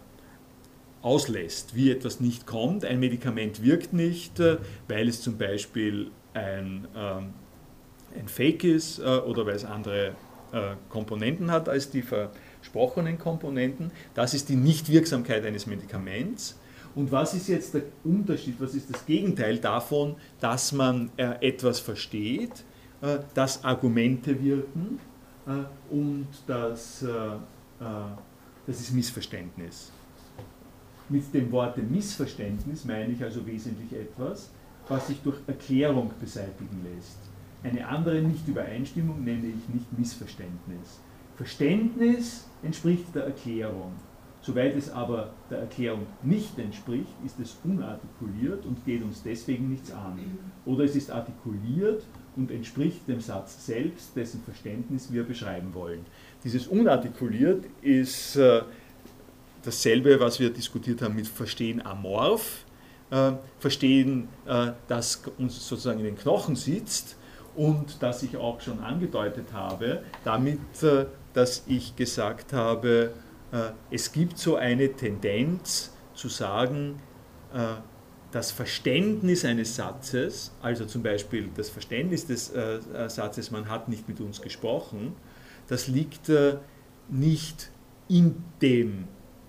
auslässt, wie etwas nicht kommt. Ein Medikament wirkt nicht, weil es zum Beispiel ein, ähm, ein Fake ist äh, oder weil es andere äh, Komponenten hat als die versprochenen Komponenten. Das ist die Nichtwirksamkeit eines Medikaments. Und was ist jetzt der Unterschied, was ist das Gegenteil davon, dass man äh, etwas versteht, äh, dass Argumente wirken äh, und dass, äh, äh, das ist Missverständnis. Mit dem Wort Missverständnis meine ich also wesentlich etwas, was sich durch Erklärung beseitigen lässt. Eine andere Nicht-Übereinstimmung nenne ich nicht Missverständnis. Verständnis entspricht der Erklärung. Soweit es aber der Erklärung nicht entspricht, ist es unartikuliert und geht uns deswegen nichts an. Oder es ist artikuliert und entspricht dem Satz selbst, dessen Verständnis wir beschreiben wollen. Dieses unartikuliert ist äh, dasselbe, was wir diskutiert haben mit Verstehen amorph, äh, Verstehen, äh, das uns sozusagen in den Knochen sitzt und das ich auch schon angedeutet habe, damit, äh, dass ich gesagt habe, äh, es gibt so eine Tendenz zu sagen, äh, das Verständnis eines Satzes, also zum Beispiel das Verständnis des äh, Satzes, man hat nicht mit uns gesprochen, das liegt äh, nicht in dem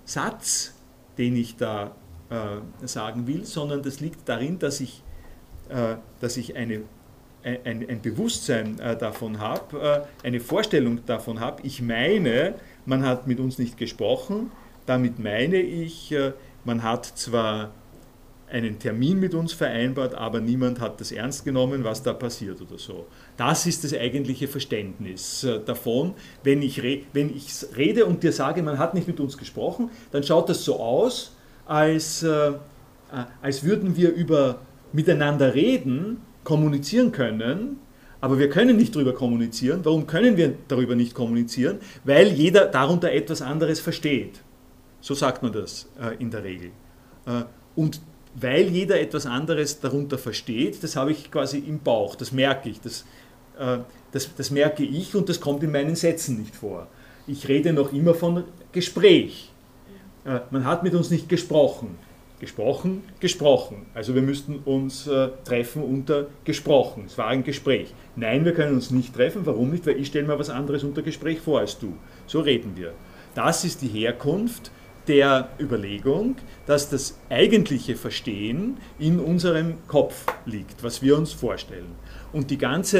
Satz, den ich da äh, sagen will, sondern das liegt darin, dass ich, äh, dass ich eine, ein, ein Bewusstsein äh, davon habe, äh, eine Vorstellung davon habe. Ich meine, man hat mit uns nicht gesprochen, damit meine ich, äh, man hat zwar einen Termin mit uns vereinbart, aber niemand hat das ernst genommen, was da passiert oder so. Das ist das eigentliche Verständnis äh, davon. Wenn ich, re wenn ich rede und dir sage, man hat nicht mit uns gesprochen, dann schaut das so aus, als, äh, äh, als würden wir über miteinander reden, kommunizieren können, aber wir können nicht darüber kommunizieren. Warum können wir darüber nicht kommunizieren? Weil jeder darunter etwas anderes versteht. So sagt man das äh, in der Regel. Äh, und weil jeder etwas anderes darunter versteht, das habe ich quasi im Bauch, das merke ich, das, äh, das, das merke ich und das kommt in meinen Sätzen nicht vor. Ich rede noch immer von Gespräch. Äh, man hat mit uns nicht gesprochen. Gesprochen, gesprochen. Also wir müssten uns äh, treffen unter gesprochen. Es war ein Gespräch. Nein, wir können uns nicht treffen. Warum nicht? Weil ich stelle mir was anderes unter Gespräch vor als du. So reden wir. Das ist die Herkunft der Überlegung, dass das eigentliche Verstehen in unserem Kopf liegt, was wir uns vorstellen. Und die ganze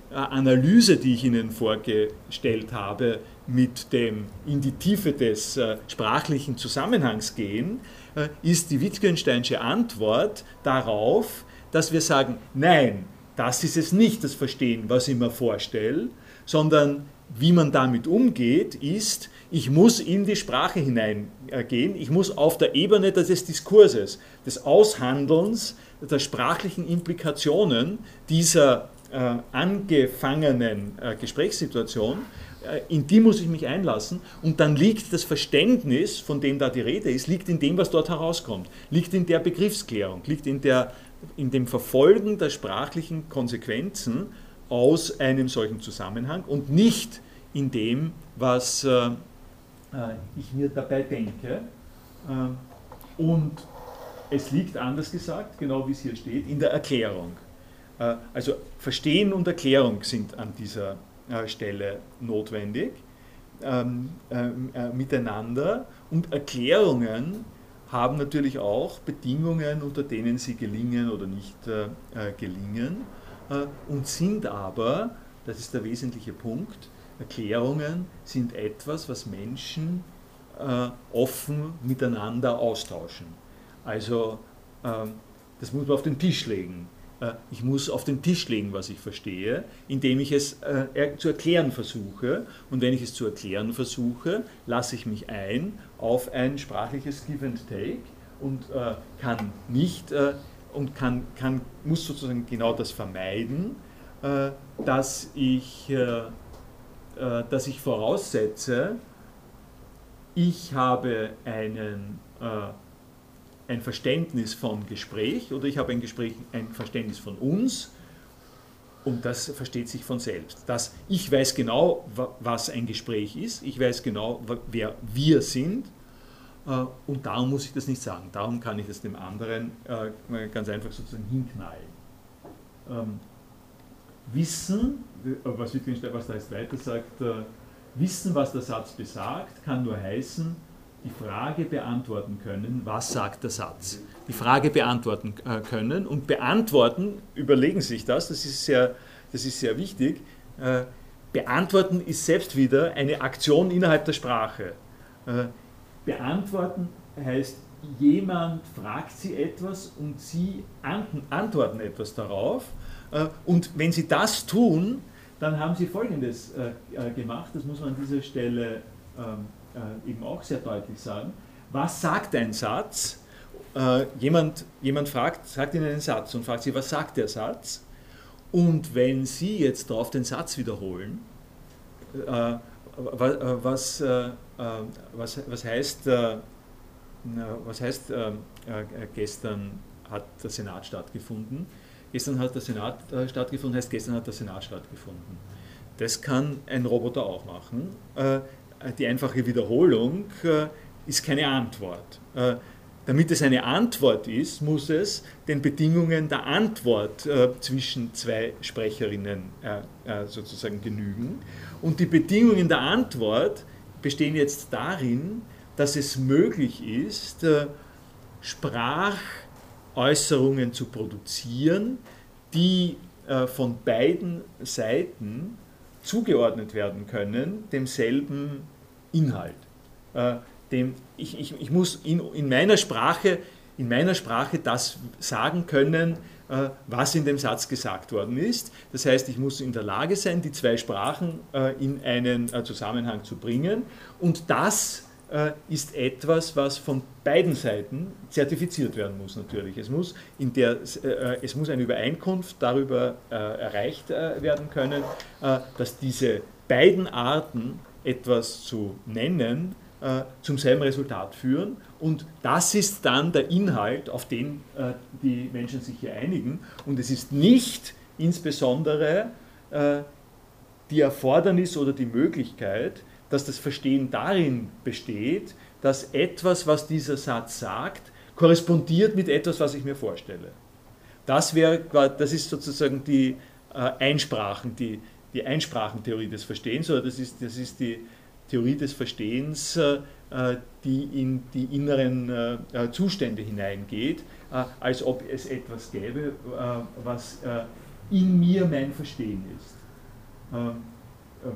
Analyse, die ich Ihnen vorgestellt habe, mit dem in die Tiefe des äh, sprachlichen Zusammenhangs gehen, äh, ist die Wittgensteinsche Antwort darauf, dass wir sagen, nein, das ist es nicht, das Verstehen, was ich mir vorstelle, sondern wie man damit umgeht, ist, ich muss in die Sprache hineingehen, ich muss auf der Ebene des Diskurses, des Aushandelns der sprachlichen Implikationen dieser äh, angefangenen äh, Gesprächssituation, äh, in die muss ich mich einlassen, und dann liegt das Verständnis, von dem da die Rede ist, liegt in dem, was dort herauskommt, liegt in der Begriffsklärung, liegt in, der, in dem Verfolgen der sprachlichen Konsequenzen aus einem solchen Zusammenhang und nicht in dem, was äh, äh, ich mir dabei denke. Äh, und es liegt, anders gesagt, genau wie es hier steht, in der Erklärung. Äh, also Verstehen und Erklärung sind an dieser äh, Stelle notwendig ähm, äh, äh, miteinander, und Erklärungen haben natürlich auch Bedingungen, unter denen sie gelingen oder nicht äh, äh, gelingen. Und sind aber, das ist der wesentliche Punkt, Erklärungen sind etwas, was Menschen äh, offen miteinander austauschen. Also äh, das muss man auf den Tisch legen. Äh, ich muss auf den Tisch legen, was ich verstehe, indem ich es äh, er, zu erklären versuche. Und wenn ich es zu erklären versuche, lasse ich mich ein auf ein sprachliches Give and Take und äh, kann nicht... Äh, und kann, kann, muss sozusagen genau das vermeiden, äh, dass, ich, äh, äh, dass ich voraussetze, ich habe einen, äh, ein Verständnis von Gespräch oder ich habe ein, Gespräch, ein Verständnis von uns, und das versteht sich von selbst. Dass ich weiß genau, was ein Gespräch ist, ich weiß genau, wer wir sind, und darum muss ich das nicht sagen. Darum kann ich das dem anderen äh, ganz einfach sozusagen hinknallen. Ähm, Wissen, was Wittgenstein, was da jetzt weiter sagt, äh, Wissen, was der Satz besagt, kann nur heißen, die Frage beantworten können, was sagt der Satz? Die Frage beantworten äh, können, und beantworten, überlegen Sie sich das, das ist sehr, das ist sehr wichtig, äh, beantworten ist selbst wieder eine Aktion innerhalb der Sprache. Äh, Beantworten heißt, jemand fragt Sie etwas und Sie antworten etwas darauf. Und wenn Sie das tun, dann haben Sie Folgendes gemacht, das muss man an dieser Stelle eben auch sehr deutlich sagen. Was sagt ein Satz? Jemand, jemand fragt, sagt Ihnen einen Satz und fragt Sie, was sagt der Satz? Und wenn Sie jetzt darauf den Satz wiederholen, was, was, was heißt, was heißt gestern hat der Senat stattgefunden? Gestern hat der Senat stattgefunden, heißt gestern hat der Senat stattgefunden. Das kann ein Roboter auch machen. Die einfache Wiederholung ist keine Antwort. Damit es eine Antwort ist, muss es den Bedingungen der Antwort zwischen zwei Sprecherinnen sozusagen genügen. Und die Bedingungen der Antwort bestehen jetzt darin, dass es möglich ist, Sprachäußerungen zu produzieren, die von beiden Seiten zugeordnet werden können, demselben Inhalt. Dem, ich, ich, ich muss in, in, meiner Sprache, in meiner Sprache das sagen können, was in dem Satz gesagt worden ist. Das heißt, ich muss in der Lage sein, die zwei Sprachen in einen Zusammenhang zu bringen, und das ist etwas, was von beiden Seiten zertifiziert werden muss natürlich. Es muss, in der, es muss eine Übereinkunft darüber erreicht werden können, dass diese beiden Arten, etwas zu nennen, zum selben Resultat führen, und das ist dann der Inhalt, auf den äh, die Menschen sich hier einigen, und es ist nicht insbesondere äh, die Erfordernis oder die Möglichkeit, dass das Verstehen darin besteht, dass etwas, was dieser Satz sagt, korrespondiert mit etwas, was ich mir vorstelle. Das, wäre, das ist sozusagen die äh, Einsprachen, die, die Einsprachentheorie des Verstehens, oder das ist, das ist die Theorie des Verstehens, äh, die in die inneren äh, Zustände hineingeht, äh, als ob es etwas gäbe, äh, was äh, in mir mein Verstehen ist. äh, äh,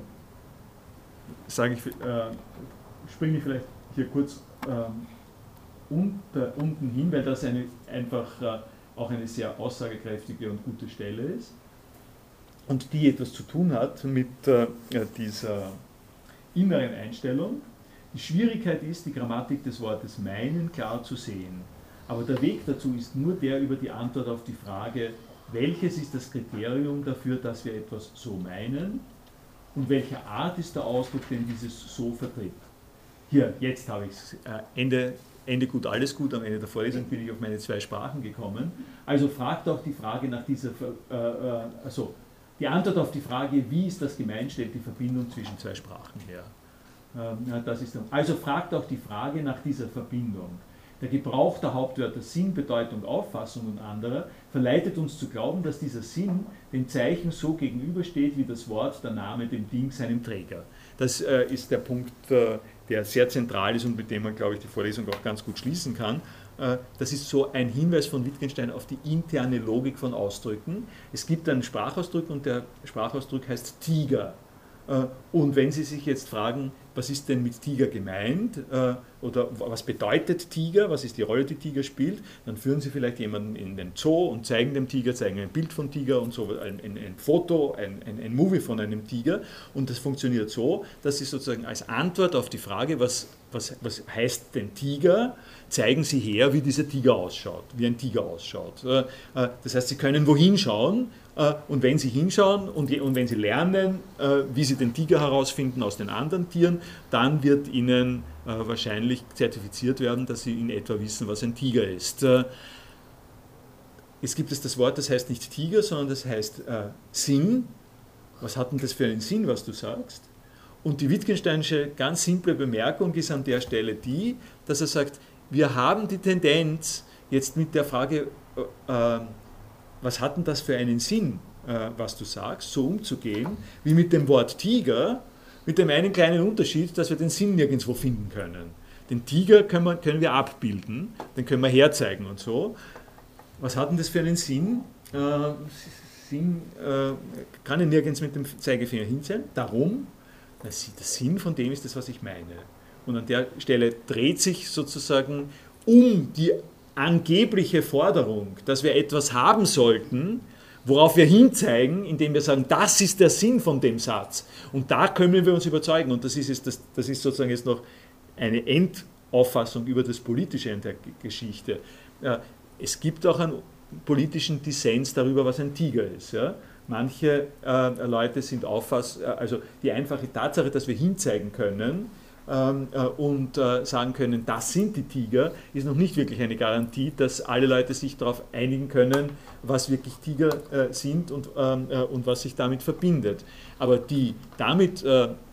sage ich, äh, springe ich vielleicht hier kurz äh, unter, unten hin, weil das eine, einfach äh, auch eine sehr aussagekräftige und gute Stelle ist und die etwas zu tun hat mit äh, dieser inneren Einstellung. Die Schwierigkeit ist, die Grammatik des Wortes meinen klar zu sehen. Aber der Weg dazu ist nur der über die Antwort auf die Frage, welches ist das Kriterium dafür, dass wir etwas so meinen und welche Art ist der Ausdruck, den dieses so vertritt. Hier, jetzt habe ich es. Äh, Ende, Ende gut, alles gut. Am Ende der Vorlesung bin ich auf meine zwei Sprachen gekommen. Also fragt auch die Frage nach dieser, äh, äh, also die Antwort auf die Frage, wie ist das gemeint, stellt die Verbindung zwischen zwei Sprachen her. Ähm, das ist, also fragt auch die Frage nach dieser Verbindung. Der Gebrauch der Hauptwörter Sinn, Bedeutung, Auffassung und anderer verleitet uns zu glauben, dass dieser Sinn dem Zeichen so gegenübersteht, wie das Wort, der Name, dem Ding, seinem Träger. Das äh, ist der Punkt, äh, der sehr zentral ist und mit dem man, glaube ich, die Vorlesung auch ganz gut schließen kann. Äh, das ist so ein Hinweis von Wittgenstein auf die interne Logik von Ausdrücken. Es gibt einen Sprachausdruck und der Sprachausdruck heißt Tiger. Äh, und wenn Sie sich jetzt fragen, was ist denn mit Tiger gemeint äh, oder was bedeutet Tiger, was ist die Rolle, die Tiger spielt, dann führen Sie vielleicht jemanden in den Zoo und zeigen dem Tiger, zeigen ein Bild von Tiger und so, ein, ein, ein Foto, ein, ein, ein Movie von einem Tiger und das funktioniert so, dass Sie sozusagen als Antwort auf die Frage, was, was, was heißt denn Tiger, zeigen Sie her, wie dieser Tiger ausschaut, wie ein Tiger ausschaut. Äh, äh, das heißt, Sie können wohin schauen, und wenn Sie hinschauen und wenn Sie lernen, wie Sie den Tiger herausfinden aus den anderen Tieren, dann wird Ihnen wahrscheinlich zertifiziert werden, dass Sie in etwa wissen, was ein Tiger ist. Jetzt gibt es das Wort, das heißt nicht Tiger, sondern das heißt Sinn. Was hat denn das für einen Sinn, was du sagst? Und die Wittgensteinische ganz simple Bemerkung ist an der Stelle die, dass er sagt, wir haben die Tendenz, jetzt mit der Frage, äh, was hat denn das für einen Sinn, äh, was du sagst, so umzugehen, wie mit dem Wort Tiger, mit dem einen kleinen Unterschied, dass wir den Sinn nirgendwo finden können. Den Tiger können wir, können wir abbilden, den können wir herzeigen und so. Was hat denn das für einen Sinn? Äh, Sinn äh, kann ich nirgends mit dem Zeigefinger hinzeigen. Darum, der Sinn von dem ist das, was ich meine. Und an der Stelle dreht sich sozusagen um die angebliche Forderung, dass wir etwas haben sollten, worauf wir hinzeigen, indem wir sagen, das ist der Sinn von dem Satz. Und da können wir uns überzeugen. Und das ist, jetzt, das, das ist sozusagen jetzt noch eine Endauffassung über das Politische in der Geschichte. Ja, es gibt auch einen politischen Dissens darüber, was ein Tiger ist. Ja? Manche äh, Leute sind auffass, also die einfache Tatsache, dass wir hinzeigen können, und sagen können, das sind die Tiger, ist noch nicht wirklich eine Garantie, dass alle Leute sich darauf einigen können, was wirklich Tiger sind und, und was sich damit verbindet. Aber die damit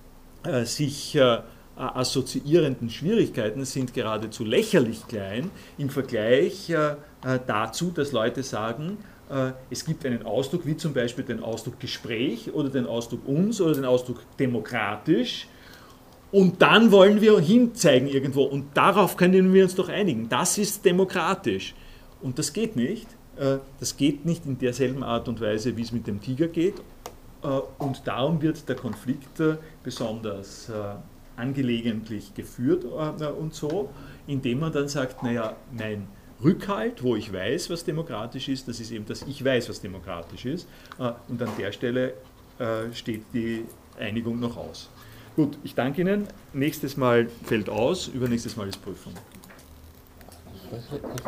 sich assoziierenden Schwierigkeiten sind geradezu lächerlich klein im Vergleich dazu, dass Leute sagen, es gibt einen Ausdruck, wie zum Beispiel den Ausdruck Gespräch oder den Ausdruck uns oder den Ausdruck demokratisch. Und dann wollen wir hinzeigen irgendwo und darauf können wir uns doch einigen. Das ist demokratisch. Und das geht nicht. Das geht nicht in derselben Art und Weise, wie es mit dem Tiger geht. Und darum wird der Konflikt besonders angelegentlich geführt und so, indem man dann sagt, naja, mein Rückhalt, wo ich weiß, was demokratisch ist, das ist eben, dass ich weiß, was demokratisch ist. Und an der Stelle steht die Einigung noch aus. Gut, ich danke Ihnen. Nächstes Mal fällt aus, übernächstes Mal ist Prüfung.